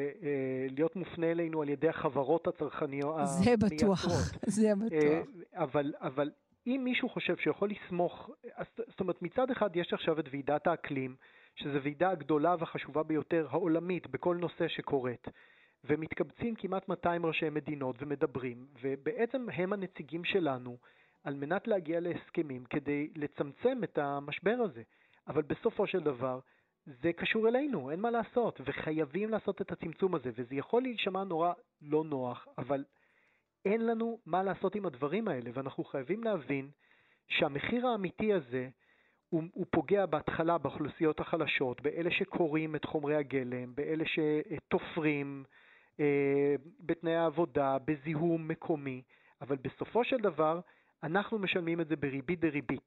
אה, להיות מופנה אלינו על ידי החברות הצרכניות המייצרות. זה בטוח, זה בטוח. אה, אבל, אבל אם מישהו חושב שיכול לסמוך, זאת אומרת, מצד אחד יש עכשיו את ועידת האקלים, שזו ועידה הגדולה והחשובה ביותר העולמית בכל נושא שקורית, ומתקבצים כמעט מאתיים ראשי מדינות ומדברים, ובעצם הם הנציגים שלנו על מנת להגיע להסכמים כדי לצמצם את המשבר הזה. אבל בסופו של דבר, זה קשור אלינו, אין מה לעשות, וחייבים לעשות את הצמצום הזה, וזה יכול להישמע נורא לא נוח, אבל אין לנו מה לעשות עם הדברים האלה, ואנחנו חייבים להבין שהמחיר האמיתי הזה, הוא, הוא פוגע בהתחלה באוכלוסיות החלשות, באלה שקוראים את חומרי הגלם, באלה שתופרים, אה, בתנאי העבודה, בזיהום מקומי, אבל בסופו של דבר, אנחנו משלמים את זה בריבית דריבית.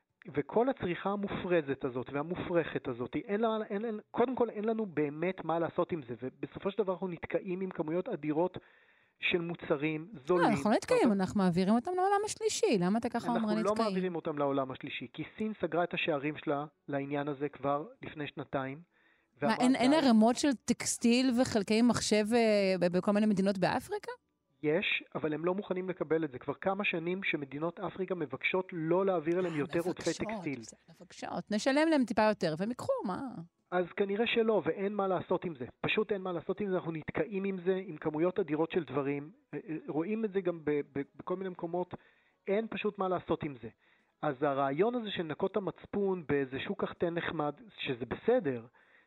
וכל הצריכה המופרזת הזאת והמופרכת הזאת, אין לה, אין, אין, קודם כל אין לנו באמת מה לעשות עם זה, ובסופו של דבר אנחנו נתקעים עם כמויות אדירות של מוצרים זולים. אנחנו לא נתקעים, אנחנו מעבירים אותם לעולם השלישי, למה אתה ככה אומר נתקעים? אנחנו לא מעבירים אותם לעולם השלישי, כי סין סגרה את השערים שלה לעניין הזה כבר לפני שנתיים. מה, אין, אין הרמות של טקסטיל וחלקי מחשב בכל מיני מדינות באפריקה? יש, אבל הם לא מוכנים לקבל את זה. כבר כמה שנים שמדינות אפריקה מבקשות לא להעביר אליהם יותר עודפי טקסטיל. מבקשות, נשלם להם טיפה יותר, והם יקחו, מה? אז כנראה שלא, ואין מה לעשות עם זה. פשוט אין מה לעשות עם זה, אנחנו נתקעים עם זה, עם כמויות אדירות של דברים. רואים את זה גם ב- ב- בכל מיני מקומות, אין פשוט מה לעשות עם זה. אז הרעיון הזה של נקות המצפון באיזה שוק קחתן נחמד, שזה בסדר,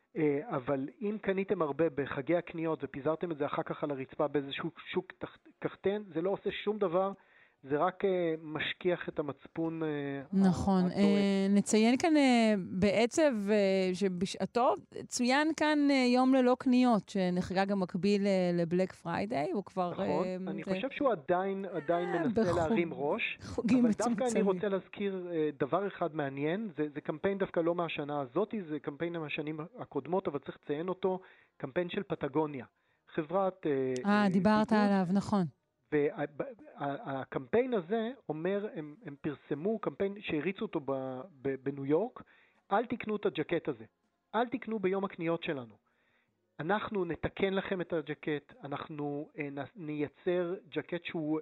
אבל אם קניתם הרבה בחגי הקניות ופיזרתם את זה אחר כך על הרצפה באיזשהו שוק קחתן, זה לא עושה שום דבר, זה רק משכיח את המצפון. נכון. נציין כאן בעצב שבשעתו צוין כאן יום ללא קניות, שנחגג המקביל לבלק פריידיי, הוא כבר... נכון, אני חושב שהוא עדיין מנסה להרים ראש, אבל דווקא אני רוצה להזכיר דבר אחד מעניין, זה קמפיין דווקא לא מהשנה הזאת, זה קמפיין מהשנים הקודמות, אבל צריך לציין אותו, קמפיין של פטגוניה. חברת... אה, דיברת עליו, נכון. והקמפיין הזה אומר, הם, הם פרסמו קמפיין שהריצו אותו בניו יורק, אל תקנו את הג'קט הזה, אל תקנו ביום הקניות שלנו. אנחנו נתקן לכם את הג'קט, אנחנו נייצר ג'קט שהוא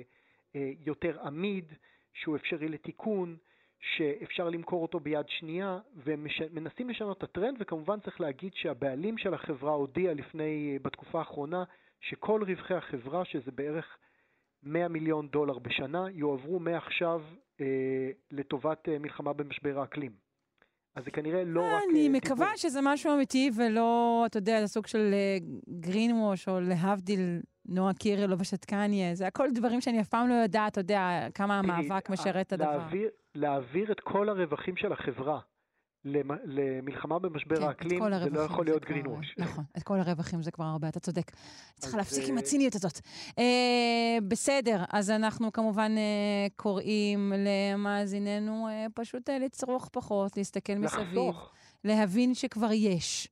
יותר עמיד, שהוא אפשרי לתיקון, שאפשר למכור אותו ביד שנייה, ומנסים לשנות את הטרנד, וכמובן צריך להגיד שהבעלים של החברה הודיע לפני, בתקופה האחרונה, שכל רווחי החברה, שזה בערך מאה מיליון דולר בשנה, יועברו מעכשיו אה, לטובת אה, מלחמה במשבר האקלים. אז זה כנראה לא רק... אני מקווה שזה משהו אמיתי, ולא, אתה יודע, זה סוג של גרינווש, או להבדיל נועה קירל או בשתקניה, זה הכל דברים שאני אף פעם לא יודעת, אתה יודע, כמה המאבק משרת את הדבר. להעביר, להעביר את כל הרווחים של החברה, למלחמה במשבר האקלים, זה לא יכול להיות גרינווש. נכון, את כל הרווחים זה כבר הרבה, אתה צודק. צריכה להפסיק עם הציניות הזאת. בסדר, אז אנחנו כמובן קוראים למאזיננו פשוט לצרוך פחות, להסתכל מסביב, להבין שכבר יש.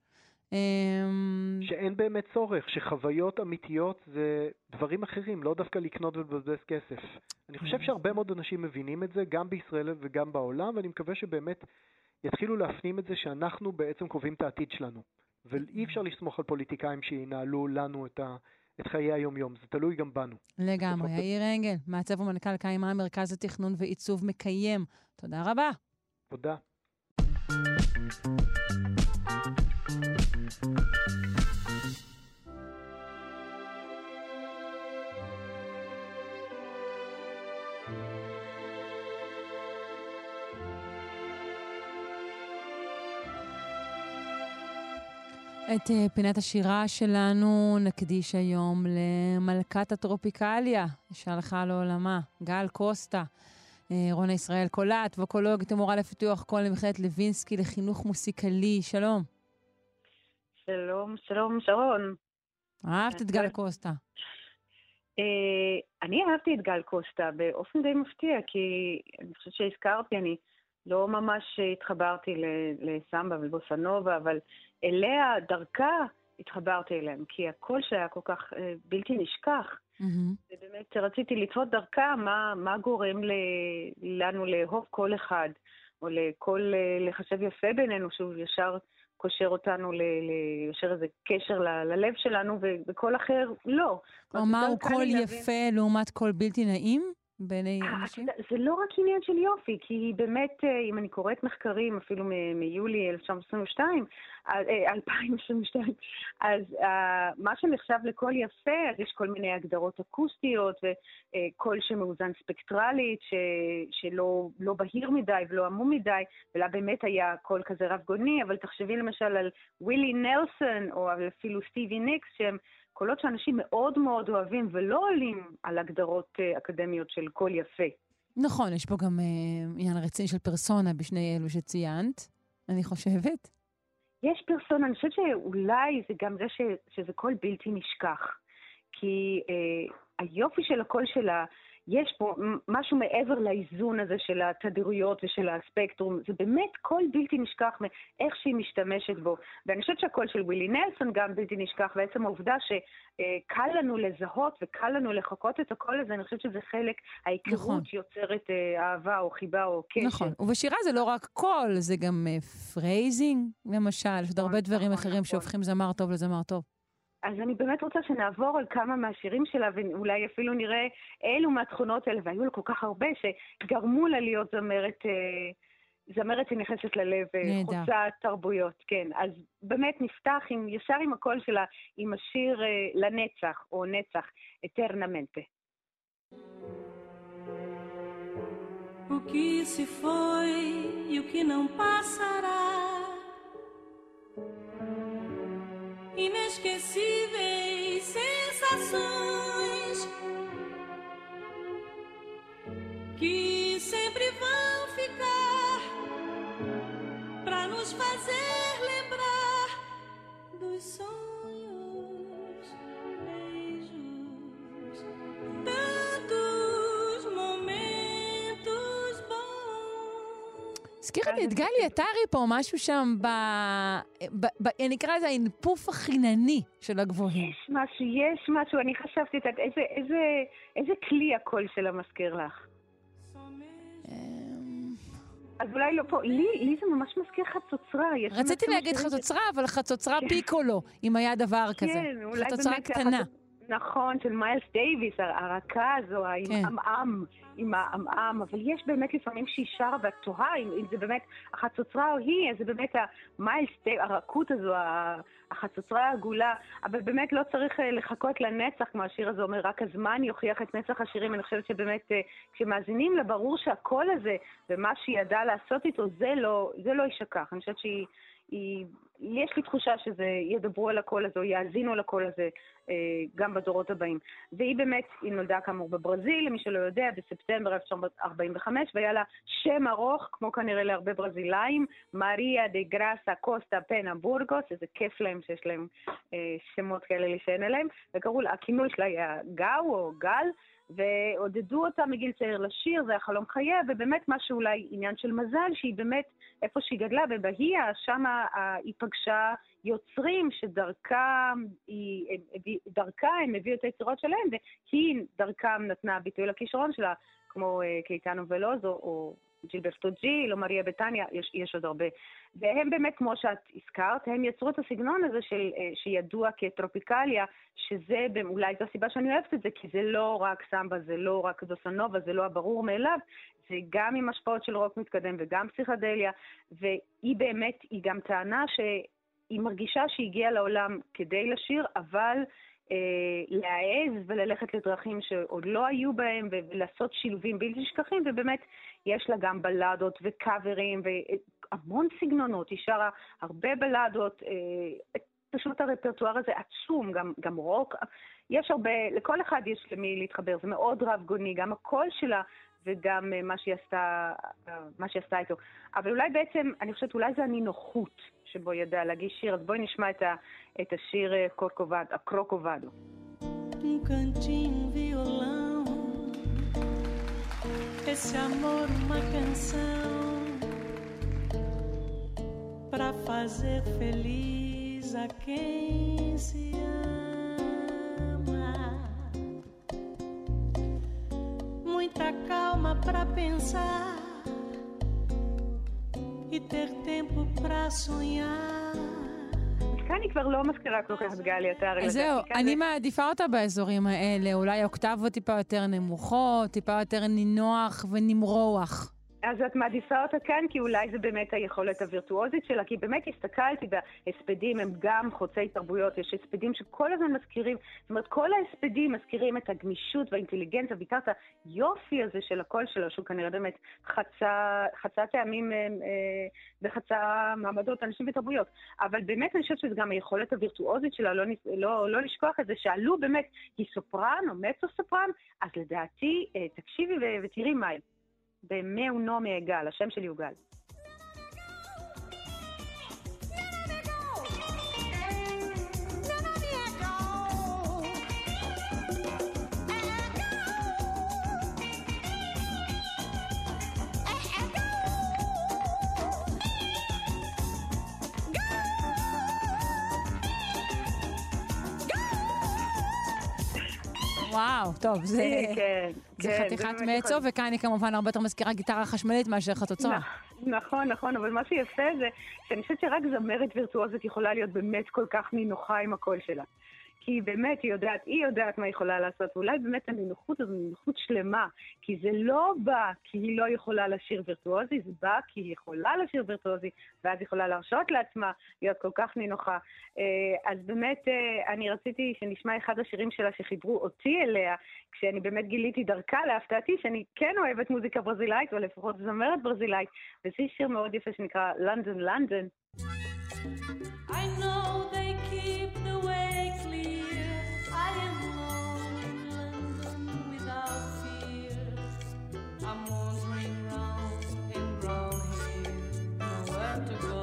שאין באמת צורך, שחוויות אמיתיות זה דברים אחרים, לא דווקא לקנות ולבזבז כסף. אני חושב שהרבה מאוד אנשים מבינים את זה, גם בישראל וגם בעולם, ואני מקווה שבאמת יתחילו להפנים את זה שאנחנו בעצם קובעים את העתיד שלנו. ואי אפשר לסמוך על פוליטיקאים שינהלו לנו את, ה, את חיי היום-יום. זה תלוי גם בנו. לגמרי. יאיר אנגל, מעצב ומנכ"ל קיימה, מרכז התכנון ועיצוב מקיים. תודה רבה. תודה. את פינת השירה שלנו נקדיש היום למלכת הטרופיקליה, שהלכה לעולמה, גל קוסטה. רונה ישראל קולט, ווקולוגית ומורה לפיתוח קול למכללת לוינסקי לחינוך מוסיקלי. שלום. שלום, שלום שרון. אהבת את גל קוסטה? אני אהבתי את גל קוסטה באופן די מפתיע, כי אני חושבת שהזכרתי, אני לא ממש התחברתי לסמבה ובוסנובה, אבל אליה, דרכה, התחברתי אליהם, כי הקול שהיה כל כך בלתי נשכח. ובאמת רציתי לתפוט דרכה מה, מה גורם ל, לנו לאהוב כל אחד, או לכל, לחשב יפה בינינו, שהוא ישר קושר אותנו, ל, ל, ישר איזה קשר ל, ללב שלנו, וכל אחר לא. כלומר, הוא קול יפה לעומת קול בלתי נעים? בעיני אנשים? זה לא רק עניין של יופי, כי באמת, אם אני קוראת מחקרים, אפילו מיולי אלף תשע מאות עשרים ושתיים, אלפיים עשרים ושתיים, אז מה שנחשב לקול יפה, אז יש כל מיני הגדרות אקוסטיות, וקול שמאוזן ספקטרלית, שלא בהיר מדי ולא עמום מדי, ולה באמת היה קול כזה רב גוני, אבל תחשבי למשל על ווילי נלסון, או אפילו סטיבי ניקס, שהם קולות שאנשים מאוד מאוד אוהבים ולא עולים על הגדרות אקדמיות של קול יפה. נכון, יש פה גם עניין רציני של פרסונה בשני אלו שציינת, אני חושבת. יש פרסונה, אני חושבת שאולי זה גם זה ש, שזה קול בלתי נשכח. כי אה, היופי של הקול שלה, יש פה משהו מעבר לאיזון הזה של התדירויות ושל הספקטרום, זה באמת קול בלתי נשכח מאיך שהיא משתמשת בו. ואני חושבת שהקול של ווילי נלסון גם בלתי נשכח, בעצם העובדה שקל לנו לזהות וקל לנו לחכות את הקול הזה, אני חושבת שזה חלק, ההיכרות נכון. יוצרת אהבה או חיבה או קשר. נכון, ובשירה זה לא רק קול, זה גם פרייזינג למשל, יש עוד הרבה דברים אחרים נכון. שהופכים זמר טוב לזמר טוב. אז אני באמת רוצה שנעבור על כמה מהשירים שלה, ואולי אפילו נראה אילו מהתכונות האלה, והיו לה כל כך הרבה שגרמו לה להיות זמרת, זמרת שנכנסת ללב, חוצה תרבויות, כן. אז באמת נפתח עם, ישר עם הקול שלה, עם השיר לנצח, או נצח, אטרנמנטה. O que se foi e o que não passará, inesquecíveis sensações que sempre vão ficar pra nos fazer lembrar dos sonhos, beijos, tantos momentos bons. הזכירה לי את גלי עטרי פה, משהו שם ב... ב... ב... נקרא לזה האינפוף החינני של הגבוהים. יש משהו, יש משהו, אני חשבתי, איזה, איזה, איזה כלי הקול שלה מזכיר לך? אז אולי לא פה, לי, לי זה ממש מזכיר חצוצרה. רציתי להגיד חצוצרה, אבל חצוצרה פיקולו, אם היה דבר כזה. חצוצרה קטנה. נכון, של מיילס דייוויס, הרכה הזו, העמעם, עם העמעם, אבל יש באמת לפעמים שהיא שרה והתוהה, אם זה באמת החצוצרה או היא, אז זה באמת המיילס דייוויס, הרכות הזו, החצוצרה העגולה, אבל באמת לא צריך לחכות לנצח, כמו השיר הזה אומר, רק הזמן יוכיח את נצח השירים. אני חושבת שבאמת כשמאזינים לה, ברור שהקול הזה ומה שהיא ידעה לעשות איתו, זה לא, זה לא יישכח. אני חושבת שהיא, היא, יש לי תחושה שזה ידברו על הקול הזה, או יאזינו על הקול הזה, גם בדורות הבאים. והיא באמת, היא נולדה כאמור בברזיל, למי שלא יודע, בספטמבר אלף תשע מאות ארבעים וחמש, והיה לה שם ארוך, כמו כנראה להרבה ברזילאים, מריה דה גרסה קוסטה פנה בורגוס, איזה כיף להם שיש להם אה, שמות כאלה לשען אליהם, וקראו לה, הכינוי שלה היה גאו או גל, ועודדו אותה מגיל צעיר לשיר, זה החלום חייה, ובאמת משהו אולי עניין של מזל, שהיא באמת, איפה שהיא גדלה, בבהיה, שם היא פגשה יוצרים שדרכה היא, דרכה הם הביאו את היצירות שלהם, והיא דרכם נתנה ביטוי לכישרון שלה, כמו קייטנו ולוזו, או ג'ילברטו ג'יל או מריה בטניה, יש, יש עוד הרבה. והם באמת, כמו שאת הזכרת, הם יצרו את הסגנון הזה של, שידוע כטרופיקליה, שזה אולי זו הסיבה שאני אוהבת את זה, כי זה לא רק סמבה, זה לא רק דוסנובה, זה לא הברור מאליו, זה גם עם השפעות של רוק מתקדם וגם פסיכדליה, והיא באמת, היא גם טענה שהיא מרגישה שהיא הגיעה לעולם כדי לשיר, אבל להעז וללכת לדרכים שעוד לא היו בהם ולעשות שילובים בלתי שכחים, ובאמת יש לה גם בלדות וקאברים והמון סגנונות, היא שרה הרבה בלדות, פשוט הרפרטואר הזה עצום, גם, גם רוק, יש הרבה, לכל אחד יש למי להתחבר, זה מאוד רב גוני, גם הקול שלה וגם מה שהיא עשתה, מה שהיא עשתה איתו. אבל אולי בעצם, אני חושבת, אולי זה הנינוחות שבו ידע להגיש שיר, אז בואי נשמע את, ה, את השיר הקרוקובדו. Um cantinho, violão, esse amor uma canção pra fazer feliz a quem se ama. Muita calma pra pensar e ter tempo pra sonhar. כאן היא כבר לא מזכירה כל כך את גלי עטרי. זהו, אני מעדיפה אותה באזורים האלה, אולי אוקטבות טיפה יותר נמוכות, טיפה יותר נינוח ונמרוח. אז את מעדיפה אותה כאן, כי אולי זה באמת היכולת הווירטואוזית שלה, כי באמת הסתכלתי בהספדים, הם גם חוצי תרבויות, יש הספדים שכל הזמן מזכירים, זאת אומרת, כל ההספדים מזכירים את הגמישות והאינטליגנציה, בעיקר את היופי הזה של הקול שלו, שהוא כנראה באמת חצה, חצה טעמים וחצה מעמדות אנשים ותרבויות. אבל באמת אני חושבת שזה גם היכולת הווירטואוזית שלה, לא, לא, לא לשכוח את זה, שעלו באמת, היא סופרן או מצו סופרן, אז לדעתי, תקשיבי ותראי מה היא. במאו נומי אגל, השם שלי הוא גל. וואו, טוב, זה, כן, זה כן, חתיכת זה מצו, וכאן היא כמובן הרבה יותר מזכירה גיטרה חשמלית מאשר חצוצרה. נכון, נכון, אבל מה שיפה זה שאני חושבת שרק זמרת וירטואוזית יכולה להיות באמת כל כך נינוחה עם הקול שלה. כי באמת היא יודעת, היא יודעת מה היא יכולה לעשות, ואולי באמת הנינוחות הזו נינוחות שלמה, כי זה לא בא כי היא לא יכולה לשיר וירטואוזי, זה בא כי היא יכולה לשיר וירטואוזי, ואז היא יכולה להרשות לעצמה להיות כל כך נינוחה. אז באמת אני רציתי שנשמע אחד השירים שלה שחיברו אותי אליה, כשאני באמת גיליתי דרכה להפתעתי, שאני כן אוהבת מוזיקה ברזילאית, או לפחות זמרת ברזילאית, וזה שיר מאוד יפה שנקרא לונדון, לונדון. I know they keep the way clear. I am alone in London without fear. I'm wandering round in brown hair, nowhere to go.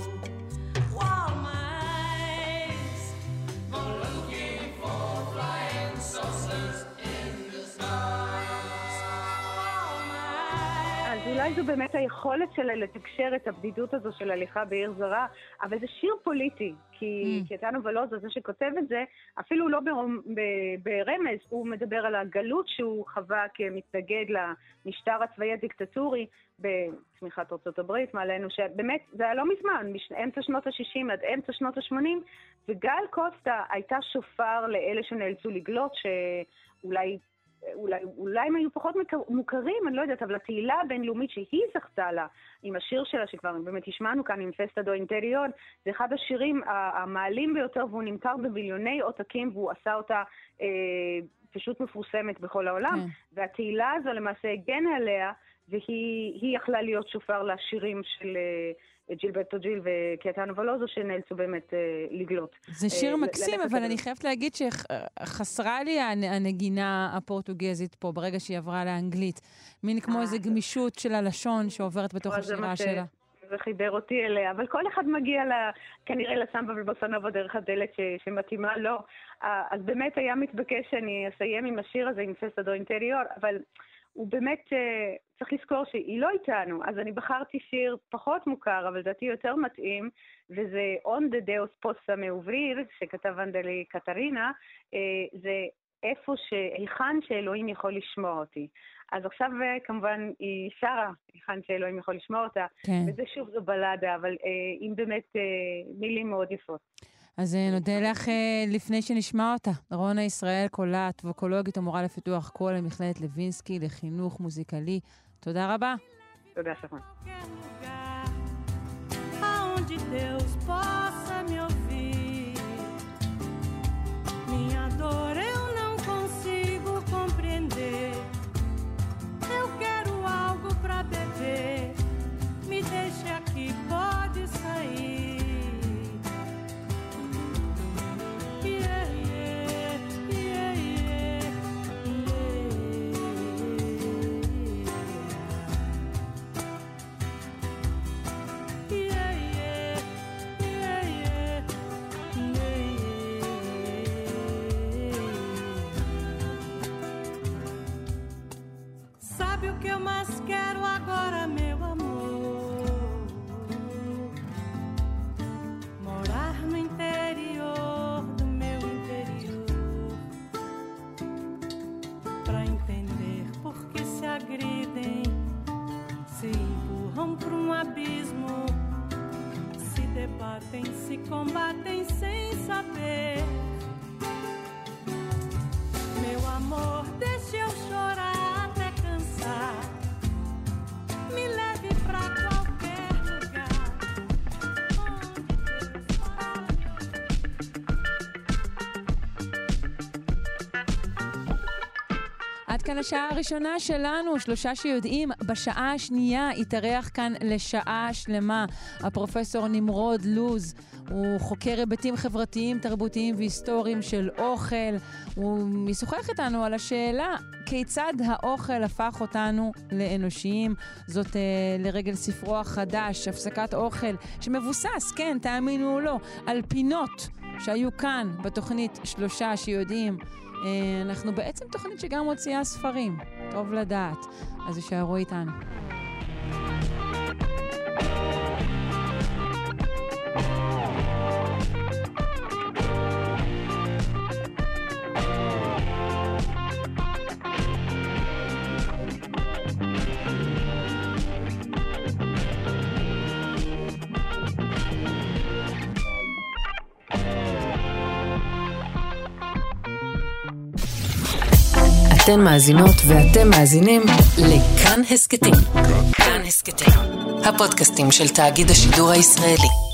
While my eyes go looking for flying saucers in the skies. While my אז אולי זו באמת היכולת שלה לתקשר את הבדידות הזו של הליכה בעיר זרה, אבל זה שיר פוליטי, כי mm. קייטנו ולוזו, זה שכותב את זה, אפילו לא ברמז, הוא מדבר על הגלות שהוא חווה כמתנגד למשטר הצבאי הדיקטטורי בצמיחת ארצות הברית, מעלינו שבאמת זה היה לא מזמן, אמצע שנות ה-שישים עד אמצע שנות ה-שמונים, וגל קוסטה הייתה שופר לאלה שנאלצו לגלות, שאולי אולי, אולי הם היו פחות מוכרים, אני לא יודעת, אבל התהילה הבינלאומית שהיא זכתה לה, עם השיר שלה שכבר באמת השמענו כאן, עם פסטה דו אינטריון, זה אחד השירים המעלים ביותר, והוא נמכר במיליוני עותקים, והוא עשה אותה אה, פשוט מפורסמת בכל העולם, כן. והתהילה הזו למעשה הגנה עליה, והיא יכלה להיות שופר לשירים של ג'ילברטו ג'יל וקייטנו ולוזו, שנאלצו באמת לגלות. זה שיר מקסים, אבל אני חייבת להגיד שחסרה לי הנגינה הפורטוגזית פה, ברגע שהיא עברה לאנגלית. מין כמו איזו גמישות של הלשון שעוברת בתוך השירה שלה. זה חיבר אותי אליה, אבל כל אחד מגיע לה, כנראה לסמבה ובוסנובה דרך הדלת ש, שמתאימה לו. אז באמת היה מתבקש שאני אסיים עם השיר הזה, עם פסטה דו אינטריור, אבל הוא באמת, צריך לזכור שהיא לא איתנו, אז אני בחרתי שיר פחות מוכר, אבל דעתי יותר מתאים, וזה On the Deus Possa Me Uvrir, שכתב אנדלי קטרינה, זה איפה ש... היכן שאלוהים יכול לשמוע אותי. אז עכשיו כמובן היא שרה, היכן שאלוהים יכול לשמוע אותה, כן. וזה שוב זו בלדה, אבל אה, עם באמת אה, מילים מאוד יפות. אז נודה לך לפני שנשמע אותה. רונה ישראל קולט, ווקולוגית ומורה לפיתוח קול למכללת לוינסקי לחינוך מוזיקלי. תודה רבה. תודה שכן. Aonde Deus possa me ouvir, minha dor eu não consigo compreender. Eu quero algo pra beber, me deixe aqui, pode sair. O que eu mais quero agora, meu amor, morar no interior do meu interior, pra entender por que se agridem, se empurram pra um abismo, se debatem, se combatem sem saber. Meu amor, deixe eu chorar. Me leve pra qualquer lugar. עד כאן השעה הראשונה שלנו, שלושה שיודעים. בשעה השנייה יתארח כאן לשעה שלמה הפרופסור נמרוד לוז. הוא חוקר היבטים חברתיים, תרבותיים והיסטוריים של אוכל. הוא משוחח איתנו על השאלה כיצד האוכל הפך אותנו לאנושיים. זאת uh, לרגל ספרו החדש, הפסקת אוכל, שמבוסס, כן, תאמינו או לא, על פינות שהיו כאן בתוכנית שלושה שיודעים. Uh, אנחנו בעצם תוכנית שגם מוציאה ספרים. טוב לדעת. אז יישארו איתנו. אתן מאזינות ואתם מאזינים לכאן הסקטים. כאן הסקטים, הפודקאסטים של תאגיד השידור הישראלי.